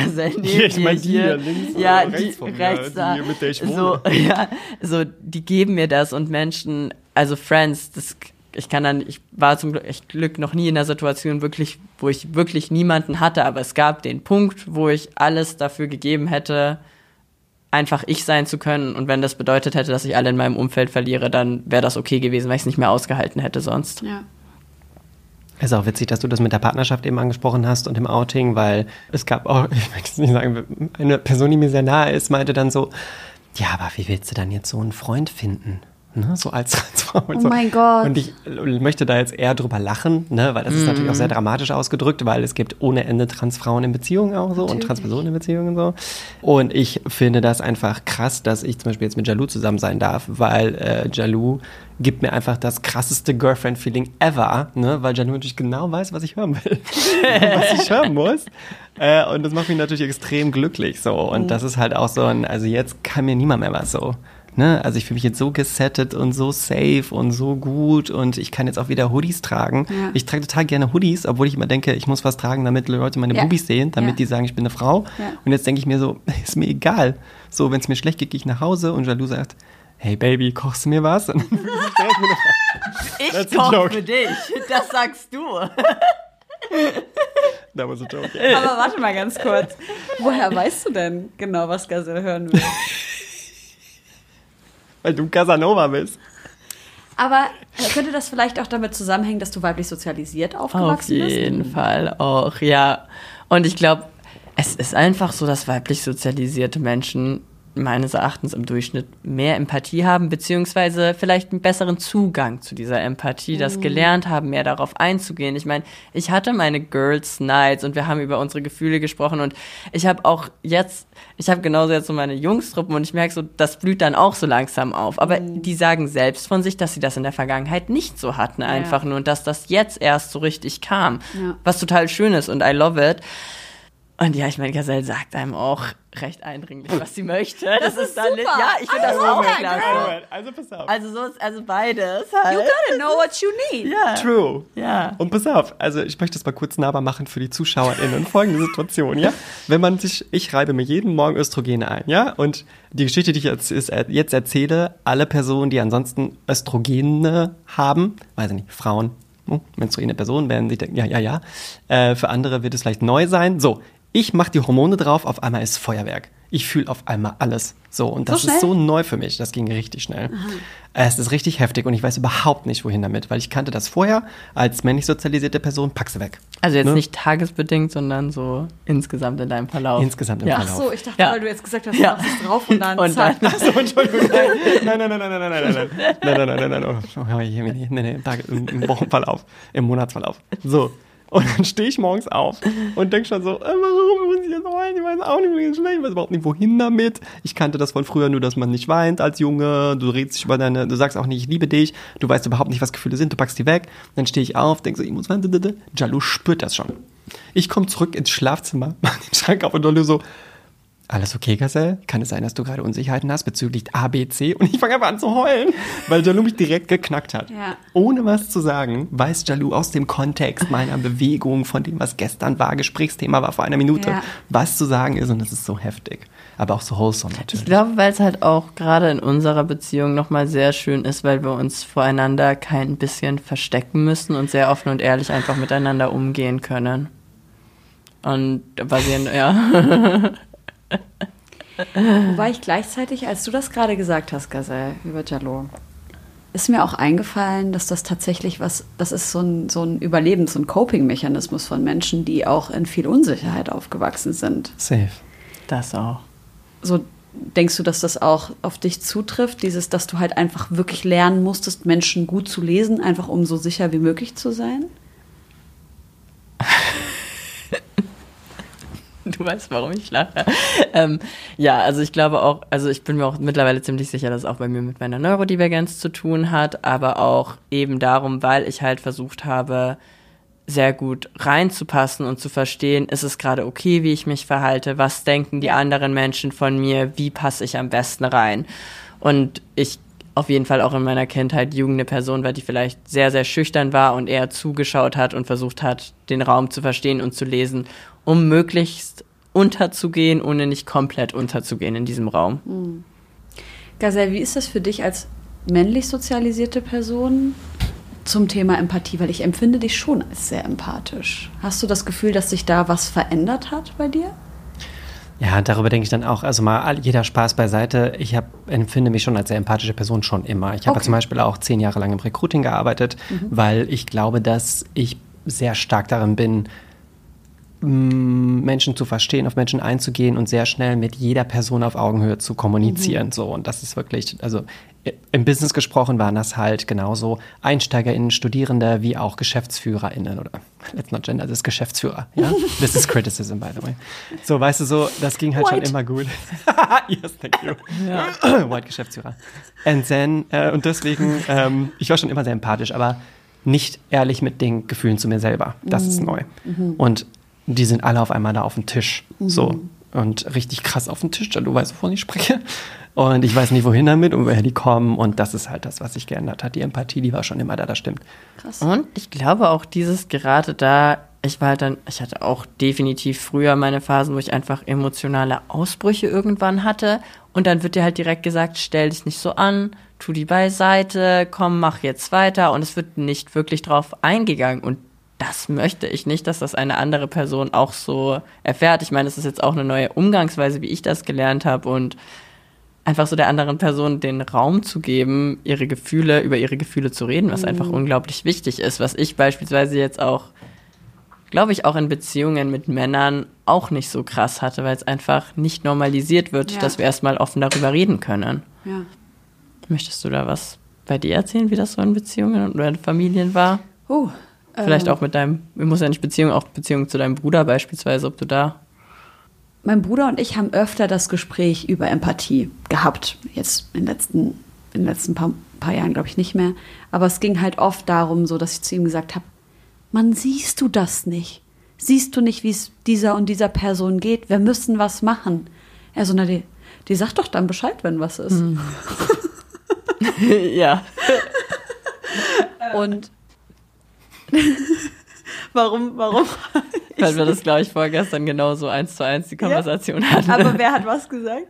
rechts da, mit der ich wohne. So, die geben mir das und Menschen, also Friends, ich war zum Glück noch nie in der Situation wo ich wirklich niemanden hatte, aber es gab den Punkt, wo ich alles dafür gegeben hätte, einfach ich sein zu können. Und wenn das bedeutet hätte, dass ich alle in meinem Umfeld verliere, dann wäre das okay gewesen, weil ich es nicht mehr ausgehalten hätte sonst. Ja. Es ist auch witzig, dass du das mit der Partnerschaft eben angesprochen hast und dem Outing, weil es gab auch, ich möchte es nicht sagen, eine Person, die mir sehr nahe ist, meinte dann so, ja, aber wie willst du dann jetzt so einen Freund finden? Ne, so als Transfrau. Oh mein Gott. Und ich möchte da jetzt eher drüber lachen, ne, weil das ist natürlich auch sehr dramatisch ausgedrückt, weil es gibt ohne Ende Transfrauen in Beziehungen auch so und Transpersonen in Beziehungen und so. Und ich finde das einfach krass, dass ich zum Beispiel jetzt mit Jalou zusammen sein darf, weil Jalou gibt mir einfach das krasseste Girlfriend-Feeling ever, ne, weil Jalou natürlich genau weiß, was ich hören will, was ich hören muss. Und das macht mich natürlich extrem glücklich so. Und das ist halt auch so also jetzt kann mir niemand mehr was so. ne, also ich fühle mich jetzt so gesettet und so safe und so gut und ich kann jetzt auch wieder Hoodies tragen. Ja. Ich trage total gerne Hoodies, obwohl ich immer denke, ich muss was tragen, damit Leute meine Bubis sehen, damit die sagen, ich bin eine Frau. Ja. Und jetzt denke ich mir so, ist mir egal. So, wenn es mir schlecht geht, gehe ich nach Hause und Jalou sagt, hey Baby, kochst du mir was? Und dann ich koche für dich, das sagst du. That was a joke. Yeah. Aber warte mal ganz kurz. Woher weißt du denn genau, was Gazelle hören will? Weil du Casanova bist. Aber könnte das vielleicht auch damit zusammenhängen, dass du weiblich sozialisiert aufgewachsen bist? Auf jeden Fall auch, ja. Und ich glaube, es ist einfach so, dass weiblich sozialisierte Menschen meines Erachtens im Durchschnitt mehr Empathie haben, beziehungsweise vielleicht einen besseren Zugang zu dieser Empathie, das gelernt haben, mehr darauf einzugehen. Ich meine, ich hatte meine Girls Nights und wir haben über unsere Gefühle gesprochen und ich habe genauso jetzt so meine Jungstruppen und ich merke so, das blüht dann auch so langsam auf. Aber die sagen selbst von sich, dass sie das in der Vergangenheit nicht so hatten einfach nur und dass das jetzt erst so richtig kam, was total schön ist und I love it. Und ja, ich meine, Gazelle sagt einem auch recht eindringlich, was sie möchte. Das ist dann super. Ja, ich finde das auch klasse. Also pass auf. Also beides halt. You gotta know what you need. Ja. True. Ja. Und pass auf, also ich möchte das mal kurz nahbar machen für die ZuschauerInnen. Folgende Situation, ja? Wenn man ich reibe mir jeden Morgen Östrogene ein, ja? Und die Geschichte, die ich jetzt erzähle, alle Personen, die ansonsten Östrogene haben, weiß ich nicht, Frauen, menstruierende Personen, werden sich denken, ja. Für andere wird es vielleicht neu sein. So. Ich mache die Hormone drauf, auf einmal ist Feuerwerk. Ich fühle auf einmal alles. So, und das ist so neu für mich. Das ging richtig schnell. Es ist richtig heftig und ich weiß überhaupt nicht, wohin damit, weil ich kannte das vorher als männlich sozialisierte Person, pack sie weg. Also jetzt nicht tagesbedingt, sondern so insgesamt in deinem Verlauf. Insgesamt im Verlauf. Ach so, ich dachte, weil du jetzt gesagt hast, du machst es drauf und dann zack. Achso, Entschuldigung. Nein. Im Wochenverlauf, im Monatsverlauf. So. Und dann stehe ich morgens auf und denke schon so, warum muss ich jetzt heulen? Ich weiß auch nicht, mir ist schlecht, ich weiß überhaupt nicht, wohin damit. Ich kannte das von früher nur, dass man nicht weint als Junge. Du redest dich du sagst auch nicht, ich liebe dich. Du weißt überhaupt nicht, was Gefühle sind. Du packst die weg. Dann stehe ich auf, denke so, ich muss weinen. Jalou spürt das schon. Ich komme zurück ins Schlafzimmer, mach den Schrank auf und Jalou so, alles okay, Gazelle? Kann es sein, dass du gerade Unsicherheiten hast bezüglich A, B, C? Und ich fange einfach an zu heulen, weil Jalou mich direkt geknackt hat. Ja. Ohne was zu sagen, weiß Jalou aus dem Kontext meiner Bewegung, von dem, was gestern war, Gesprächsthema war vor einer Minute, was zu sagen ist. Und das ist so heftig. Aber auch so wholesome natürlich. Ich glaube, weil es halt auch gerade in unserer Beziehung nochmal sehr schön ist, weil wir uns voreinander kein bisschen verstecken müssen und sehr offen und ehrlich einfach miteinander umgehen können. Und basierend, Wobei ich gleichzeitig, als du das gerade gesagt hast, Gazelle, über Jalou, ist mir auch eingefallen, dass das tatsächlich das ist so ein Überlebens- und Coping-Mechanismus von Menschen, die auch in viel Unsicherheit aufgewachsen sind. Safe. Das auch. So, denkst du, dass das auch auf dich zutrifft, dass du halt einfach wirklich lernen musstest, Menschen gut zu lesen, einfach um so sicher wie möglich zu sein? Du weißt, warum ich lache. Also ich glaube auch, ich bin mir auch mittlerweile ziemlich sicher, dass es auch bei mir mit meiner Neurodivergenz zu tun hat, aber auch eben darum, weil ich halt versucht habe, sehr gut reinzupassen und zu verstehen, ist es gerade okay, wie ich mich verhalte, was denken die anderen Menschen von mir, wie passe ich am besten rein. Und ich auf jeden Fall auch in meiner Kindheit Jugend eine Person war, die vielleicht sehr, sehr schüchtern war und eher zugeschaut hat und versucht hat, den Raum zu verstehen und zu lesen, um möglichst unterzugehen, ohne nicht komplett unterzugehen in diesem Raum. Gazelle, wie ist das für dich als männlich sozialisierte Person zum Thema Empathie? Weil ich empfinde dich schon als sehr empathisch. Hast du das Gefühl, dass sich da was verändert hat bei dir? Ja, darüber denke ich dann auch, also mal jeder Spaß beiseite, empfinde mich schon als sehr empathische Person schon immer. Ich habe zum Beispiel auch 10 Jahre lang im Recruiting gearbeitet, weil ich glaube, dass ich sehr stark darin bin, Menschen zu verstehen, auf Menschen einzugehen und sehr schnell mit jeder Person auf Augenhöhe zu kommunizieren. So, und das ist wirklich, also im Business gesprochen waren das halt genauso EinsteigerInnen, Studierende wie auch GeschäftsführerInnen oder let's not gender, das ist Geschäftsführer. Ja? This is criticism, by the way. So, weißt du, so, das ging halt schon immer gut. Yes, thank you. Ja. White Geschäftsführer. Und deswegen, ich war schon immer sehr empathisch, aber nicht ehrlich mit den Gefühlen zu mir selber. Das ist neu. Und die sind alle auf einmal da auf dem Tisch. So. und richtig krass auf den Tisch. Du weißt, wovon ich spreche. Und ich weiß nicht, wohin damit und woher die kommen. Und das ist halt das, was sich geändert hat. Die Empathie, die war schon immer da, das stimmt. Krass. Und ich glaube auch dieses gerade da, ich hatte auch definitiv früher meine Phasen, wo ich einfach emotionale Ausbrüche irgendwann hatte. Und dann wird dir halt direkt gesagt, stell dich nicht so an, tu die beiseite, komm, mach jetzt weiter. Und es wird nicht wirklich drauf eingegangen. Und das möchte ich nicht, dass das eine andere Person auch so erfährt. Ich meine, es ist jetzt auch eine neue Umgangsweise, wie ich das gelernt habe. Und einfach so der anderen Person den Raum zu geben, über ihre Gefühle zu reden, was einfach unglaublich wichtig ist. Was ich beispielsweise jetzt auch, glaube ich, auch in Beziehungen mit Männern auch nicht so krass hatte, weil es einfach nicht normalisiert wird, dass wir erstmal offen darüber reden können. Ja. Möchtest du da was bei dir erzählen, wie das so in Beziehungen oder in Familien war? Vielleicht auch muss ja nicht auch Beziehung zu deinem Bruder beispielsweise, ob du da... Mein Bruder und ich haben öfter das Gespräch über Empathie gehabt. Jetzt in den letzten paar Jahren, glaube ich, nicht mehr. Aber es ging halt oft darum, so, dass ich zu ihm gesagt habe, Mann, siehst du das nicht? Siehst du nicht, wie es dieser und dieser Person geht? Wir müssen was machen. Er so, die sagt doch dann Bescheid, wenn was ist. Ja. Und warum? Weil wir das, glaube ich, vorgestern genauso 1:1 die Konversation hatten. Aber wer hat was gesagt?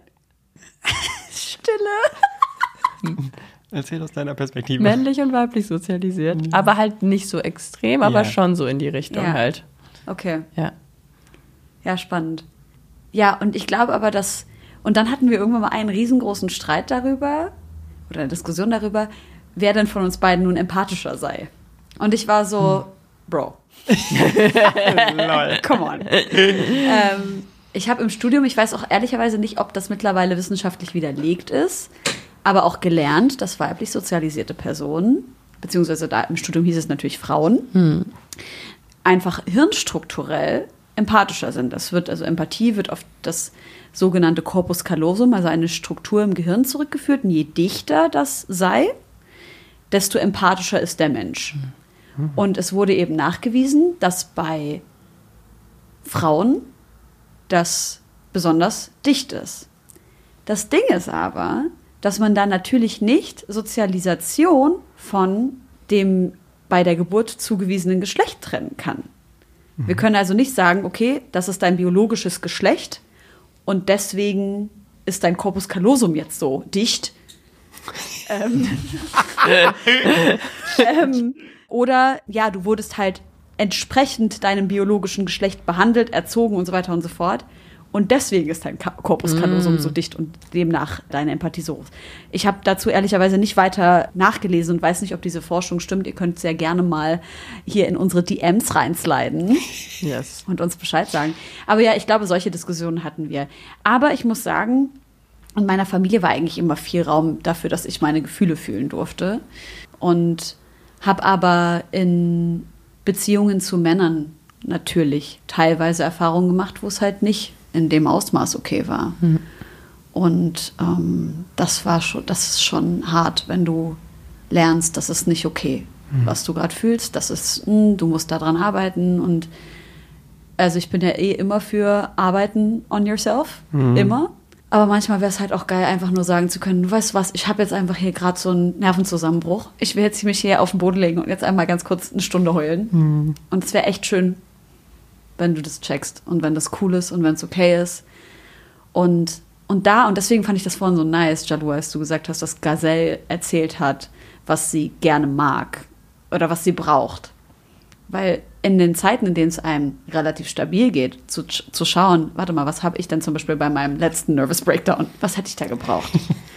Stille. Erzähl aus deiner Perspektive. Männlich und weiblich sozialisiert. Aber halt nicht so extrem, aber schon so in die Richtung halt. Okay. Ja. Ja, spannend. Ja, und ich glaube aber, und dann hatten wir irgendwann mal einen riesengroßen Streit darüber, oder eine Diskussion darüber, wer denn von uns beiden nun empathischer sei. Und ich war so, Bro. Come on. Ich habe im Studium, ich weiß auch ehrlicherweise nicht, ob das mittlerweile wissenschaftlich widerlegt ist, aber auch gelernt, dass weiblich sozialisierte Personen, beziehungsweise da im Studium hieß es natürlich Frauen, einfach hirnstrukturell empathischer sind. Empathie wird auf das sogenannte Corpus callosum, also eine Struktur im Gehirn zurückgeführt. Und je dichter das sei, desto empathischer ist der Mensch. Und es wurde eben nachgewiesen, dass bei Frauen das besonders dicht ist. Das Ding ist aber, dass man da natürlich nicht Sozialisation von dem bei der Geburt zugewiesenen Geschlecht trennen kann. Wir können also nicht sagen, okay, das ist dein biologisches Geschlecht und deswegen ist dein Corpus callosum jetzt so dicht. Oder, ja, du wurdest halt entsprechend deinem biologischen Geschlecht behandelt, erzogen und so weiter und so fort. Und deswegen ist dein Corpus callosum so dicht und demnach deine Empathie so groß. Ich habe dazu ehrlicherweise nicht weiter nachgelesen und weiß nicht, ob diese Forschung stimmt. Ihr könnt sehr gerne mal hier in unsere DMs reinsliden und uns Bescheid sagen. Aber ja, ich glaube, solche Diskussionen hatten wir. Aber ich muss sagen, in meiner Familie war eigentlich immer viel Raum dafür, dass ich meine Gefühle fühlen durfte. Und habe aber in Beziehungen zu Männern natürlich teilweise Erfahrungen gemacht, wo es halt nicht in dem Ausmaß okay war. Und das ist schon hart, wenn du lernst, das ist nicht okay, was du gerade fühlst. Das ist, du musst daran arbeiten. Und also ich bin ja immer für Arbeiten on yourself, immer. Aber manchmal wäre es halt auch geil, einfach nur sagen zu können, du weißt was, ich habe jetzt einfach hier gerade so einen Nervenzusammenbruch. Ich will jetzt mich hier auf den Boden legen und jetzt einmal ganz kurz eine Stunde heulen. Und es wäre echt schön, wenn du das checkst und wenn das cool ist und wenn es okay ist. Und deswegen fand ich das vorhin so nice, Jalou, als du gesagt hast, dass Gazelle erzählt hat, was sie gerne mag oder was sie braucht. Weil in den Zeiten, in denen es einem relativ stabil geht, zu schauen, warte mal, was habe ich denn zum Beispiel bei meinem letzten Nervous Breakdown, was hätte ich da gebraucht?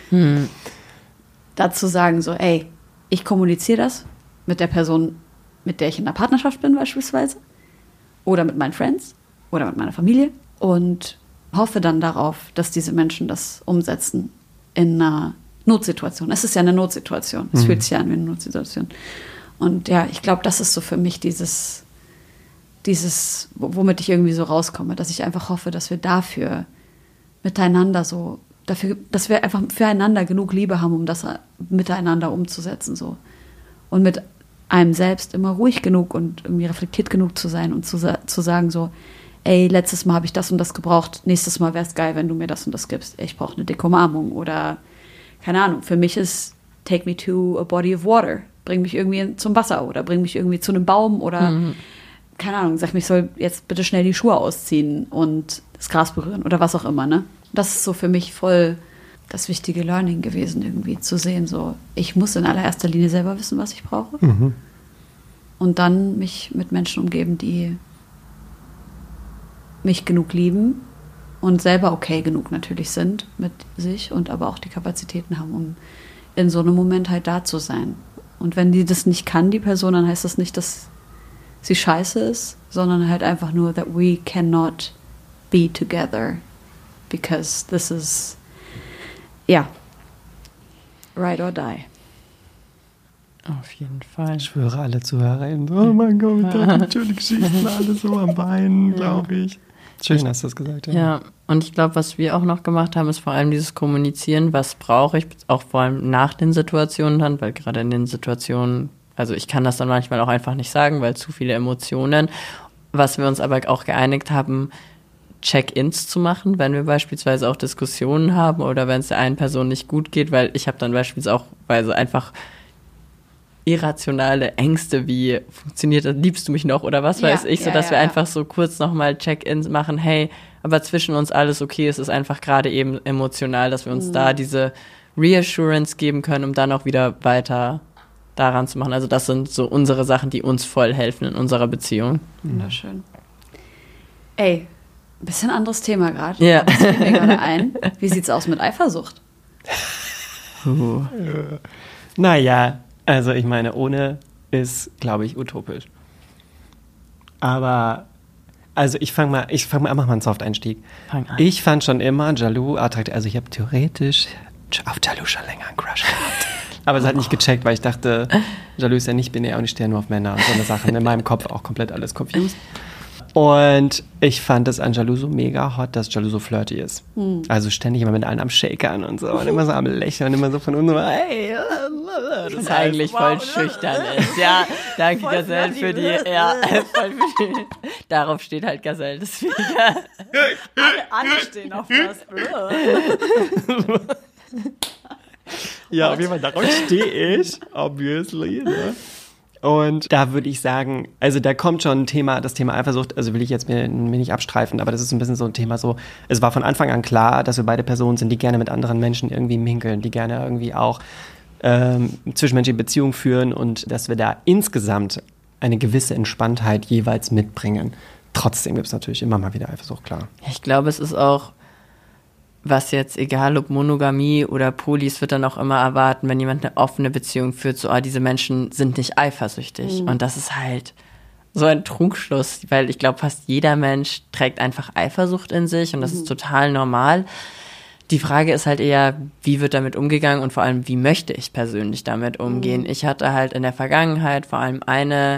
Dazu sagen so, ey, ich kommuniziere das mit der Person, mit der ich in einer Partnerschaft bin beispielsweise oder mit meinen Friends oder mit meiner Familie und hoffe dann darauf, dass diese Menschen das umsetzen in einer Notsituation. Es ist ja eine Notsituation. Es fühlt sich ja an wie eine Notsituation. Und ja, ich glaube, das ist so für mich dieses, womit ich irgendwie so rauskomme, dass ich einfach hoffe, dass wir dafür miteinander dass wir einfach füreinander genug Liebe haben, um das miteinander umzusetzen, so. Und mit einem selbst immer ruhig genug und irgendwie reflektiert genug zu sein und zu sagen so, ey, letztes Mal habe ich das und das gebraucht, nächstes Mal wäre es geil, wenn du mir das und das gibst. Ich brauche eine dicke Umarmung oder, keine Ahnung, für mich ist take me to a body of water, bring mich irgendwie zum Wasser oder bring mich irgendwie zu einem Baum oder, keine Ahnung, sag mir, ich soll jetzt bitte schnell die Schuhe ausziehen und das Gras berühren oder was auch immer, ne? Das ist so für mich voll das wichtige Learning gewesen, irgendwie zu sehen, so, ich muss in allererster Linie selber wissen, was ich brauche. Und dann mich mit Menschen umgeben, die mich genug lieben und selber okay genug natürlich sind mit sich und aber auch die Kapazitäten haben, um in so einem Moment halt da zu sein. Und wenn die das nicht kann, die Person, dann heißt das nicht, dass sie scheiße ist, sondern halt einfach nur, that we cannot be together because this is, ja, ride or die. Auf jeden Fall. Ich schwöre, alle ZuhörerInnen, oh mein Gott, da haben schöne Geschichten, alle so am Bein, glaube ich. Schön hast du das gesagt. Ja, und ich glaube, was wir auch noch gemacht haben, ist vor allem dieses Kommunizieren, was brauche ich, auch vor allem nach den Situationen dann, weil gerade in den Situationen, also ich kann das dann manchmal auch einfach nicht sagen, weil zu viele Emotionen. Was wir uns aber auch geeinigt haben, Check-ins zu machen, wenn wir beispielsweise auch Diskussionen haben oder wenn es der einen Person nicht gut geht, weil ich habe dann beispielsweise auch einfach irrationale Ängste wie, funktioniert das, liebst du mich noch oder was weiß ich, sodass wir einfach so kurz nochmal Check-ins machen, hey, aber zwischen uns alles okay, es ist einfach gerade eben emotional, dass wir uns da diese Reassurance geben können, um dann auch wieder weiter daran zu machen. Also das sind so unsere Sachen, die uns voll helfen in unserer Beziehung. Wunderschön. Ey, ein bisschen anderes Thema gerade. Ja. Das fällt mir gerade ein. Wie sieht's aus mit Eifersucht? Naja, also ich meine, ohne ist, glaube ich, utopisch. Aber, also ich mach mal einen Soft-Einstieg. Fang an. Ich fand schon immer Jalou attraktiv, also ich habe theoretisch auf Jalou schon länger einen Crush gehabt. Aber es hat nicht gecheckt, weil ich dachte, Jalou ist ja nicht binär und ich stehe nur auf Männer und so eine Sachen. In meinem Kopf auch komplett alles confused. Und ich fand es an Jalou so mega hot, dass Jalou so flirty ist. Also ständig immer mit allen am Shakern und so und immer so am Lächeln und immer so von unten so, hey. Das ist eigentlich voll schüchtern ist. Ja, danke Gazelle für die, voll für die. Darauf steht halt Gazelle, deswegen. Alle stehen auf das. Ja, auf jeden Fall, darauf stehe ich, obviously, ne? Und da würde ich sagen, also da kommt schon ein Thema, das Thema Eifersucht, also will ich jetzt mir nicht abstreifen, aber das ist ein bisschen so ein Thema so, es war von Anfang an klar, dass wir beide Personen sind, die gerne mit anderen Menschen irgendwie minkeln, die gerne irgendwie auch zwischenmenschliche Beziehungen führen und dass wir da insgesamt eine gewisse Entspanntheit jeweils mitbringen. Trotzdem gibt es natürlich immer mal wieder Eifersucht, klar. Ich glaube, es ist auch, was jetzt, egal ob Monogamie oder Polis, wird dann auch immer erwarten, wenn jemand eine offene Beziehung führt, so, diese Menschen sind nicht eifersüchtig. Und das ist halt so ein Trugschluss, weil ich glaube, fast jeder Mensch trägt einfach Eifersucht in sich und das ist total normal. Die Frage ist halt eher, wie wird damit umgegangen und vor allem, wie möchte ich persönlich damit umgehen? Ich hatte halt in der Vergangenheit vor allem eine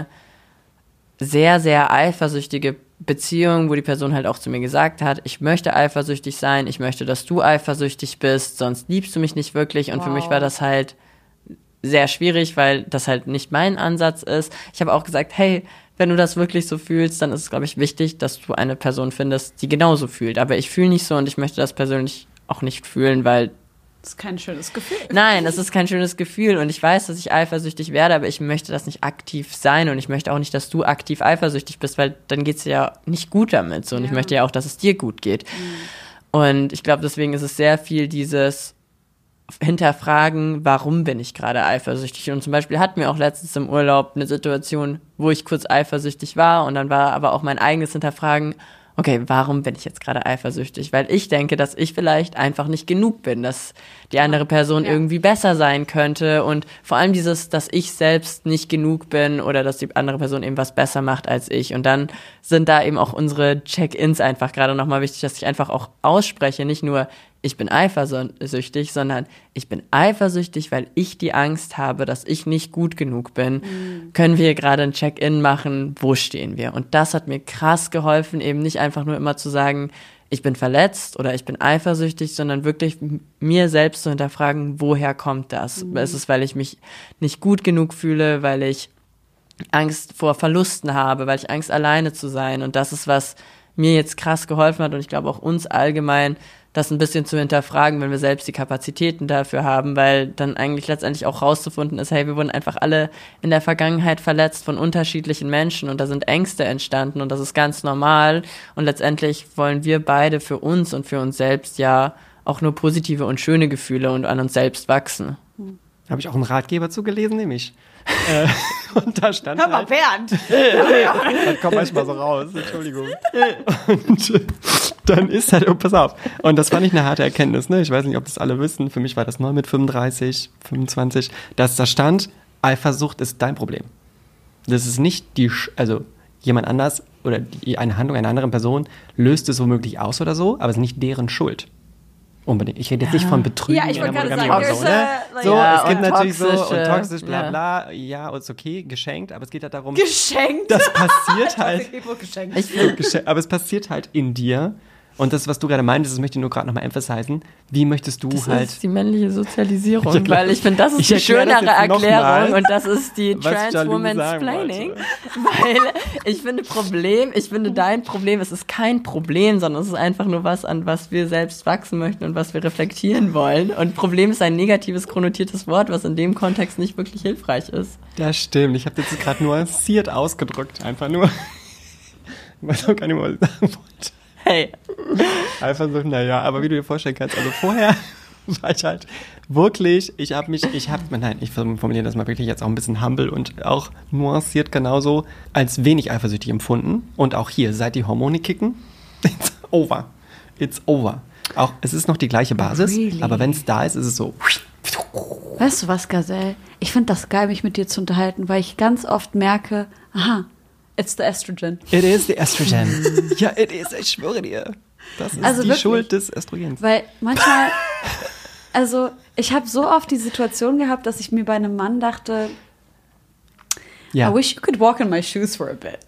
sehr, sehr eifersüchtige Beziehung, wo die Person halt auch zu mir gesagt hat, ich möchte eifersüchtig sein, ich möchte, dass du eifersüchtig bist, sonst liebst du mich nicht wirklich. Und für mich war das halt sehr schwierig, weil das halt nicht mein Ansatz ist. Ich habe auch gesagt, hey, wenn du das wirklich so fühlst, dann ist es, glaube ich, wichtig, dass du eine Person findest, die genauso fühlt. Aber ich fühle nicht so und ich möchte das persönlich auch nicht fühlen, weil das ist kein schönes Gefühl. Nein, das ist kein schönes Gefühl und ich weiß, dass ich eifersüchtig werde, aber ich möchte das nicht aktiv sein und ich möchte auch nicht, dass du aktiv eifersüchtig bist, weil dann geht's dir ja nicht gut damit so und ich möchte ja auch, dass es dir gut geht. Und ich glaube, deswegen ist es sehr viel dieses Hinterfragen, warum bin ich gerade eifersüchtig? Und zum Beispiel hatten wir auch letztens im Urlaub eine Situation, wo ich kurz eifersüchtig war und dann war aber auch mein eigenes Hinterfragen, okay, warum bin ich jetzt gerade eifersüchtig? Weil ich denke, dass ich vielleicht einfach nicht genug bin, dass die andere Person irgendwie besser sein könnte und vor allem dieses, dass ich selbst nicht genug bin oder dass die andere Person eben was besser macht als ich. Und dann sind da eben auch unsere Check-ins einfach gerade nochmal wichtig, dass ich einfach auch ausspreche, nicht nur ich bin eifersüchtig, sondern ich bin eifersüchtig, weil ich die Angst habe, dass ich nicht gut genug bin. Können wir gerade ein Check-in machen? Wo stehen wir? Und das hat mir krass geholfen, eben nicht einfach nur immer zu sagen, ich bin verletzt oder ich bin eifersüchtig, sondern wirklich mir selbst zu hinterfragen, woher kommt das? Ist es, weil ich mich nicht gut genug fühle, weil ich Angst vor Verlusten habe, weil ich Angst, alleine zu sein? Und das ist was, mir jetzt krass geholfen hat und ich glaube auch uns allgemein, das ein bisschen zu hinterfragen, wenn wir selbst die Kapazitäten dafür haben, weil dann eigentlich letztendlich auch rauszufinden ist, hey, wir wurden einfach alle in der Vergangenheit verletzt von unterschiedlichen Menschen und da sind Ängste entstanden und das ist ganz normal und letztendlich wollen wir beide für uns und für uns selbst ja auch nur positive und schöne Gefühle und an uns selbst wachsen. Habe ich auch einen Ratgeber zugelesen, nämlich. Und da stand Hör mal, Bernd! Das kommt manchmal so raus, Entschuldigung. Und dann ist halt, oh, pass auf. Und das fand ich eine harte Erkenntnis, ne? Ich weiß nicht, ob das alle wissen. Für mich war das neu mit 35, 25, dass da stand, Eifersucht ist dein Problem. Das ist nicht also jemand anders oder eine Handlung einer anderen Person löst es womöglich aus oder so, aber es ist nicht deren Schuld. Unbedingt. Ich rede jetzt nicht von Betrügen. Ja, ich wollte gerade sagen, so, ne? So, ja, es gibt natürlich so toxische, und toxisch, bla bla, ja, ist okay, geschenkt, aber es geht halt darum, Geschenkt! das passiert halt, Geschenkt. aber es passiert halt in dir und das, was du gerade meintest, das möchte ich nur gerade nochmal emphasisen, wie möchtest du das halt... Das ist die männliche Sozialisierung, Ja, weil ich finde, das ist die schönere Erklärung und das ist die Trans-Woman-Splaining, weil ich finde dein Problem, es ist kein Problem, sondern es ist einfach nur was, an was wir selbst wachsen möchten und was wir reflektieren wollen und Problem ist ein negatives, konnotiertes Wort, was in dem Kontext nicht wirklich hilfreich ist. Das stimmt, ich habe das jetzt gerade nuanciert ausgedrückt, einfach nur. Ich weiß auch gar nicht mehr, was ich sagen wollte. Hey. Einfach so, naja, aber wie du dir vorstellen kannst, also vorher war ich halt wirklich, ich formuliere das mal wirklich jetzt auch ein bisschen humble und auch nuanciert genauso, als wenig eifersüchtig empfunden. Und auch hier, seit die Hormone kicken, it's over. It's over. Auch, es ist noch die gleiche Basis, Really? aber wenn es da ist, ist es so. Weißt du was, Gazelle? Ich finde das geil, mich mit dir zu unterhalten, weil ich ganz oft merke, aha, it's the estrogen. It is the estrogen. Ja, it is, ich schwöre dir. Das ist Also die wirklich. Schuld des Östrogens. Weil manchmal, also ich habe so oft die Situation gehabt, dass ich mir bei einem Mann dachte, Ja. I wish you could walk in my shoes for a bit.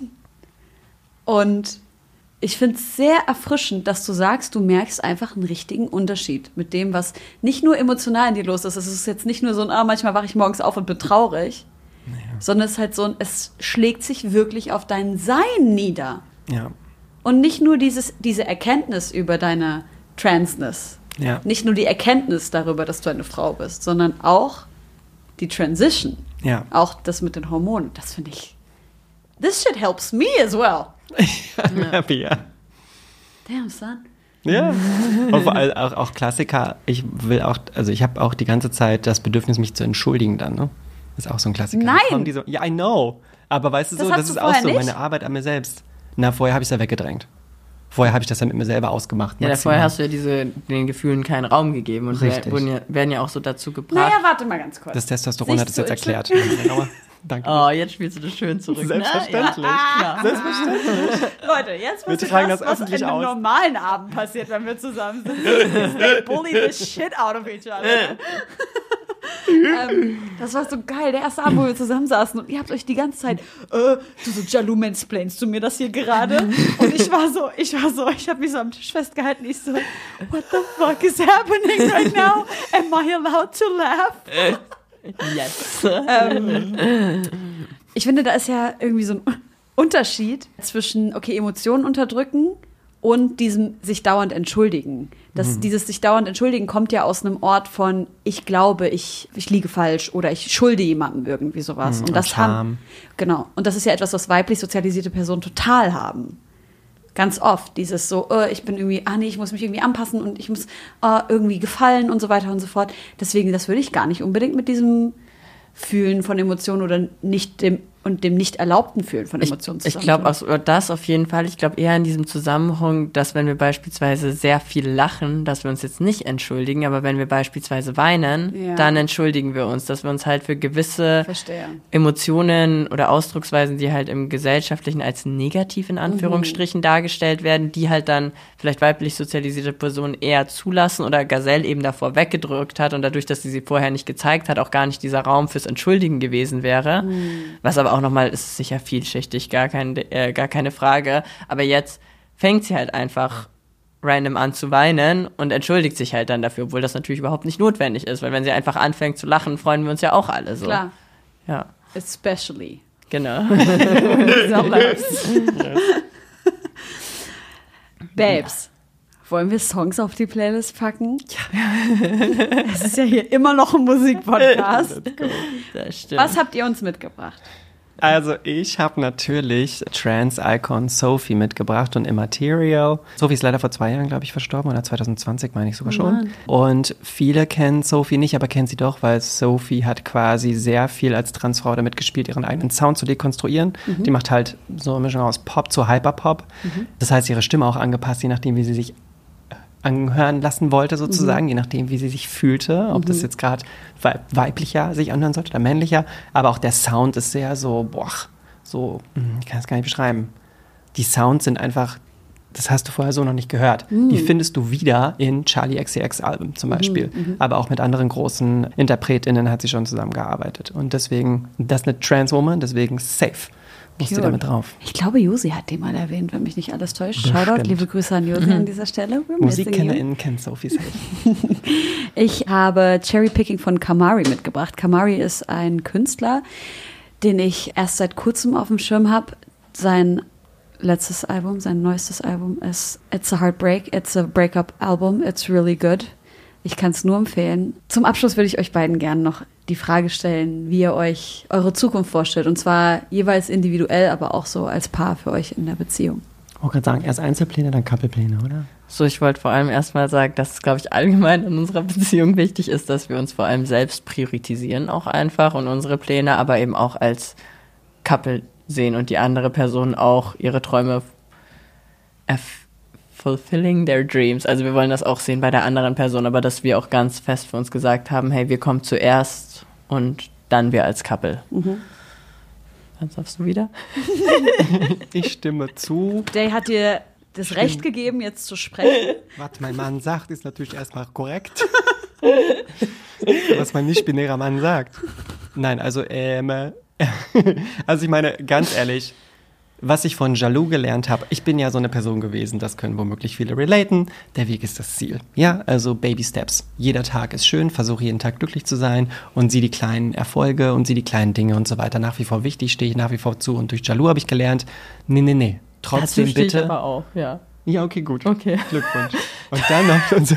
Und ich finde es sehr erfrischend, dass du sagst, du merkst einfach einen richtigen Unterschied mit dem, was nicht nur emotional in dir los ist. Es ist jetzt nicht nur so ein, manchmal wache ich morgens auf und bin traurig, sondern es ist halt so es schlägt sich wirklich auf dein Sein nieder. Ja. Und nicht nur diese Erkenntnis über deine Transness, Ja. nicht nur die Erkenntnis darüber, dass du eine Frau bist, sondern auch die Transition, Ja. auch das mit den Hormonen. Das finde ich, this shit helps me as well. I'm happy, ja. Damn, son. Ja. Und vor allem auch Klassiker. Ich habe auch die ganze Zeit das Bedürfnis, mich zu entschuldigen dann, ne? Ist auch so ein Klassiker. Nein! Ja, I know. Aber weißt du Das so, hast das du ist auch vorher so nicht? meine Arbeit an mir selbst. Na, vorher habe ich es ja weggedrängt. Vorher habe ich das ja mit mir selber ausgemacht. Ja, maximal. vorher hast du ja den Gefühlen keinen Raum gegeben und Richtig. werden ja auch so dazu gebracht. Naja, warte mal ganz kurz. Das Testosteron Sich hat es jetzt zu erklärt. Genauer. Danke. Oh, jetzt spielst du das schön zurück. Selbstverständlich. Ne? Ja. Selbstverständlich. Leute, jetzt Wir wisst ihr tragen was, das was öffentlich an einem aus. normalen Abend passiert, wenn wir zusammen sind. They bully the shit out of each other. Das war so geil, der erste Abend, wo wir zusammensaßen und ihr habt euch die ganze Zeit, du so, Jalou, mansplainst du mir das hier gerade? Und ich habe mich so am Tisch festgehalten, ich so, what the fuck is happening right now? Am I allowed to laugh? Yes. Ich finde, da ist ja irgendwie so ein Unterschied zwischen, okay, Emotionen unterdrücken und diesem sich dauernd entschuldigen. Dieses sich dauernd entschuldigen kommt ja aus einem Ort von, ich glaube, ich liege falsch oder ich schulde jemandem irgendwie sowas. Und das Scham. Genau. Und das ist ja etwas, was weiblich sozialisierte Personen total haben. Ganz oft. Dieses so, ich bin irgendwie, ich muss mich irgendwie anpassen und ich muss irgendwie gefallen und so weiter und so fort. Deswegen, das würde ich gar nicht unbedingt mit diesem Fühlen von Emotionen oder dem nicht erlaubten Fühlen von Emotionen Ich glaube, das auf jeden Fall. Ich glaube eher in diesem Zusammenhang, dass wenn wir beispielsweise sehr viel lachen, dass wir uns jetzt nicht entschuldigen, aber wenn wir beispielsweise weinen, dann entschuldigen wir uns, dass wir uns halt für gewisse Emotionen oder Ausdrucksweisen, die halt im Gesellschaftlichen als negativ in Anführungsstrichen dargestellt werden, die halt dann vielleicht weiblich sozialisierte Personen eher zulassen oder Gazelle eben davor weggedrückt hat und dadurch, dass sie vorher nicht gezeigt hat, auch gar nicht dieser Raum fürs Entschuldigen gewesen wäre. Was aber auch nochmal, ist sicher vielschichtig, gar keine Frage. Aber jetzt fängt sie halt einfach random an zu weinen und entschuldigt sich halt dann dafür, obwohl das natürlich überhaupt nicht notwendig ist. Weil wenn sie einfach anfängt zu lachen, freuen wir uns ja auch alle so. Klar. Ja. Especially. Genau. Babes, wollen wir Songs auf die Playlist packen? Ja. Es ist ja hier immer noch ein Musikpodcast. Das stimmt. Was habt ihr uns mitgebracht? Also ich habe natürlich Trance-Icon Sophie mitgebracht und Immaterial. Sophie ist leider vor 2 Jahren, glaube ich, verstorben, oder 2020 meine ich sogar schon. Mann. Und viele kennen Sophie nicht, aber kennen sie doch, weil Sophie hat quasi sehr viel als Transfrau damit gespielt, ihren eigenen Sound zu dekonstruieren. Die macht halt so eine Mischung aus Pop zu Hyperpop. Das heißt, ihre Stimme auch angepasst, je nachdem, wie sie sich anhören lassen wollte sozusagen, je nachdem, wie sie sich fühlte, ob das jetzt gerade weiblicher sich anhören sollte oder männlicher, aber auch der Sound ist sehr so, ich kann es gar nicht beschreiben. Die Sounds sind einfach, das hast du vorher so noch nicht gehört. Die findest du wieder in Charli XCX Alben zum Beispiel, aber auch mit anderen großen InterpretInnen hat sie schon zusammengearbeitet und deswegen, das ist eine Trans-Woman, deswegen safe. Muss die damit drauf. Ich glaube, Josi hat die mal erwähnt, wenn mich nicht alles täuscht. Shoutout, liebe Grüße an Josi an dieser Stelle. MusikkennerInnen kennen Sophie safe. Ich habe Cherry Picking von Kamari mitgebracht. Kamari ist ein Künstler, den ich erst seit kurzem auf dem Schirm habe. Sein neuestes Album ist It's a Heartbreak, It's a Breakup Album, It's really good. Ich kann es nur empfehlen. Zum Abschluss würde ich euch beiden gerne noch die Frage stellen, wie ihr euch eure Zukunft vorstellt. Und zwar jeweils individuell, aber auch so als Paar für euch in der Beziehung. Ich wollte gerade sagen, erst Einzelpläne, dann Couple-Pläne, oder? So, ich wollte vor allem erstmal sagen, dass es, glaube ich, allgemein in unserer Beziehung wichtig ist, dass wir uns vor allem selbst priorisieren auch einfach und unsere Pläne, aber eben auch als Couple sehen und die andere Person auch ihre Träume fulfilling their dreams. Also wir wollen das auch sehen bei der anderen Person, aber dass wir auch ganz fest für uns gesagt haben, hey, wir kommen zuerst und dann wir als Couple. Was sagst du wieder? Ich stimme zu. Jay hat dir das Recht gegeben, jetzt zu sprechen. Was mein Mann sagt, ist natürlich erstmal korrekt. Was mein nicht-binärer Mann sagt. Nein, also ich meine, ganz ehrlich, was ich von Jalou gelernt habe, ich bin ja so eine Person gewesen, das können womöglich viele relaten, der Weg ist das Ziel. Ja, also Baby Steps. Jeder Tag ist schön, versuche jeden Tag glücklich zu sein und sieh die kleinen Erfolge und sieh die kleinen Dinge und so weiter. Nach wie vor wichtig, stehe ich nach wie vor zu und durch Jalou habe ich gelernt, nee. Trotzdem dazu bitte. Ich aber auch, ja. Ja, okay, gut. Okay. Glückwunsch. Und dann noch und so.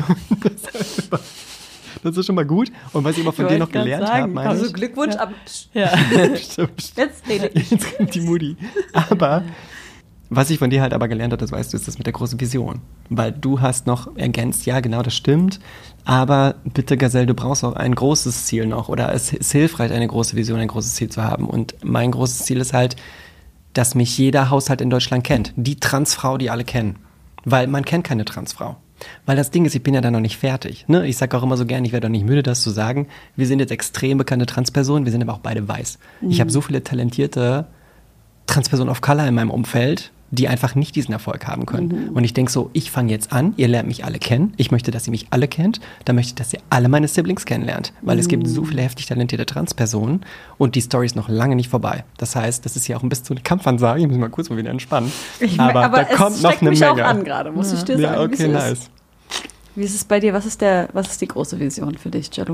Das ist schon mal gut. Und was ich immer von dir noch gelernt habe, meine Also ich. Glückwunsch, aber Ja. jetzt rede ich. Jetzt kommt die Mutti. Aber was ich von dir halt aber gelernt habe, das weißt du, ist das mit der großen Vision. Weil du hast noch ergänzt, ja, genau, das stimmt. Aber bitte, Gazelle, du brauchst auch ein großes Ziel noch. Oder es ist hilfreich, eine große Vision, ein großes Ziel zu haben. Und mein großes Ziel ist halt, dass mich jeder Haushalt in Deutschland kennt. Die Transfrau, die alle kennen. Weil man kennt keine Transfrau. Weil das Ding ist, ich bin ja da noch nicht fertig. Ne? Ich sage auch immer so gern, ich werde doch nicht müde, das zu sagen. Wir sind jetzt extrem bekannte Transpersonen, wir sind aber auch beide weiß. Ich habe so viele talentierte Transpersonen of Color in meinem Umfeld, die einfach nicht diesen Erfolg haben können. Und ich denke so, ich fange jetzt an, ihr lernt mich alle kennen. Ich möchte, dass ihr mich alle kennt. Dann möchte ich, dass ihr alle meine Siblings kennenlernt. Weil es gibt so viele heftig talentierte Transpersonen und die Story ist noch lange nicht vorbei. Das heißt, das ist ja auch ein bisschen so eine Kampfansage. Ich muss mal kurz mal wieder entspannen. Aber da kommt noch eine mich Menge. Auch an gerade, muss ich dir sagen. Ja, okay, nice. Ist. Wie ist es bei dir? Was ist die große Vision für dich, Jalou?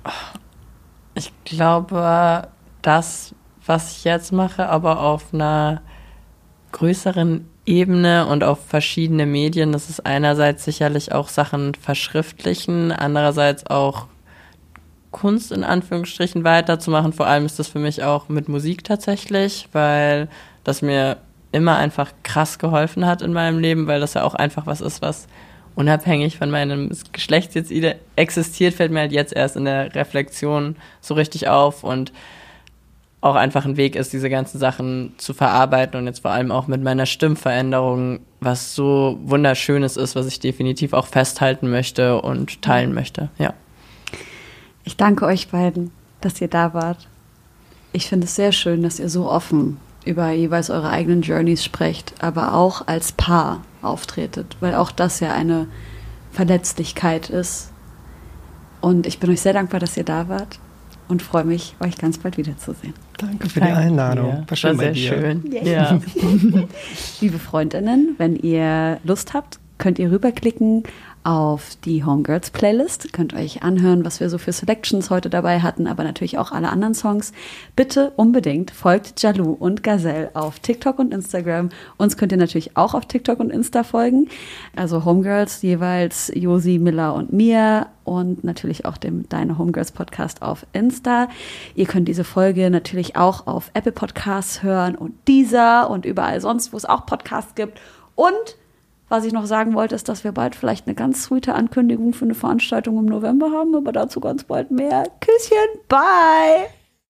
Ich glaube, das, was ich jetzt mache, aber auf einer größeren Ebene und auf verschiedene Medien, das ist einerseits sicherlich auch Sachen verschriftlichen, andererseits auch Kunst in Anführungsstrichen weiterzumachen. Vor allem ist das für mich auch mit Musik tatsächlich, weil das mir immer einfach krass geholfen hat in meinem Leben, weil das ja auch einfach was ist, was unabhängig von meinem Geschlecht jetzt existiert, fällt mir halt jetzt erst in der Reflexion so richtig auf und auch einfach ein Weg ist, diese ganzen Sachen zu verarbeiten und jetzt vor allem auch mit meiner Stimmveränderung, was so Wunderschönes ist, was ich definitiv auch festhalten möchte und teilen möchte, ja. Ich danke euch beiden, dass ihr da wart. Ich finde es sehr schön, dass ihr so offen über jeweils eure eigenen Journeys sprecht, aber auch als Paar auftretet, weil auch das ja eine Verletzlichkeit ist. Und ich bin euch sehr dankbar, dass ihr da wart und freue mich, euch ganz bald wiederzusehen. Danke für die Einladung. War schön bei dir. Schön. Ja. Liebe Freundinnen, wenn ihr Lust habt, könnt ihr rüberklicken auf die Homegirls Playlist. Könnt euch anhören, was wir so für Selections heute dabei hatten, aber natürlich auch alle anderen Songs. Bitte unbedingt folgt Jalou und Gazelle auf TikTok und Instagram. Uns könnt ihr natürlich auch auf TikTok und Insta folgen. Also Homegirls jeweils Josi, Miller und mir und natürlich auch dem Deine Homegirls Podcast auf Insta. Ihr könnt diese Folge natürlich auch auf Apple Podcasts hören und Deezer und überall sonst, wo es auch Podcasts gibt. Und was ich noch sagen wollte, ist, dass wir bald vielleicht eine ganz sweete Ankündigung für eine Veranstaltung im November haben, aber dazu ganz bald mehr. Küsschen, bye!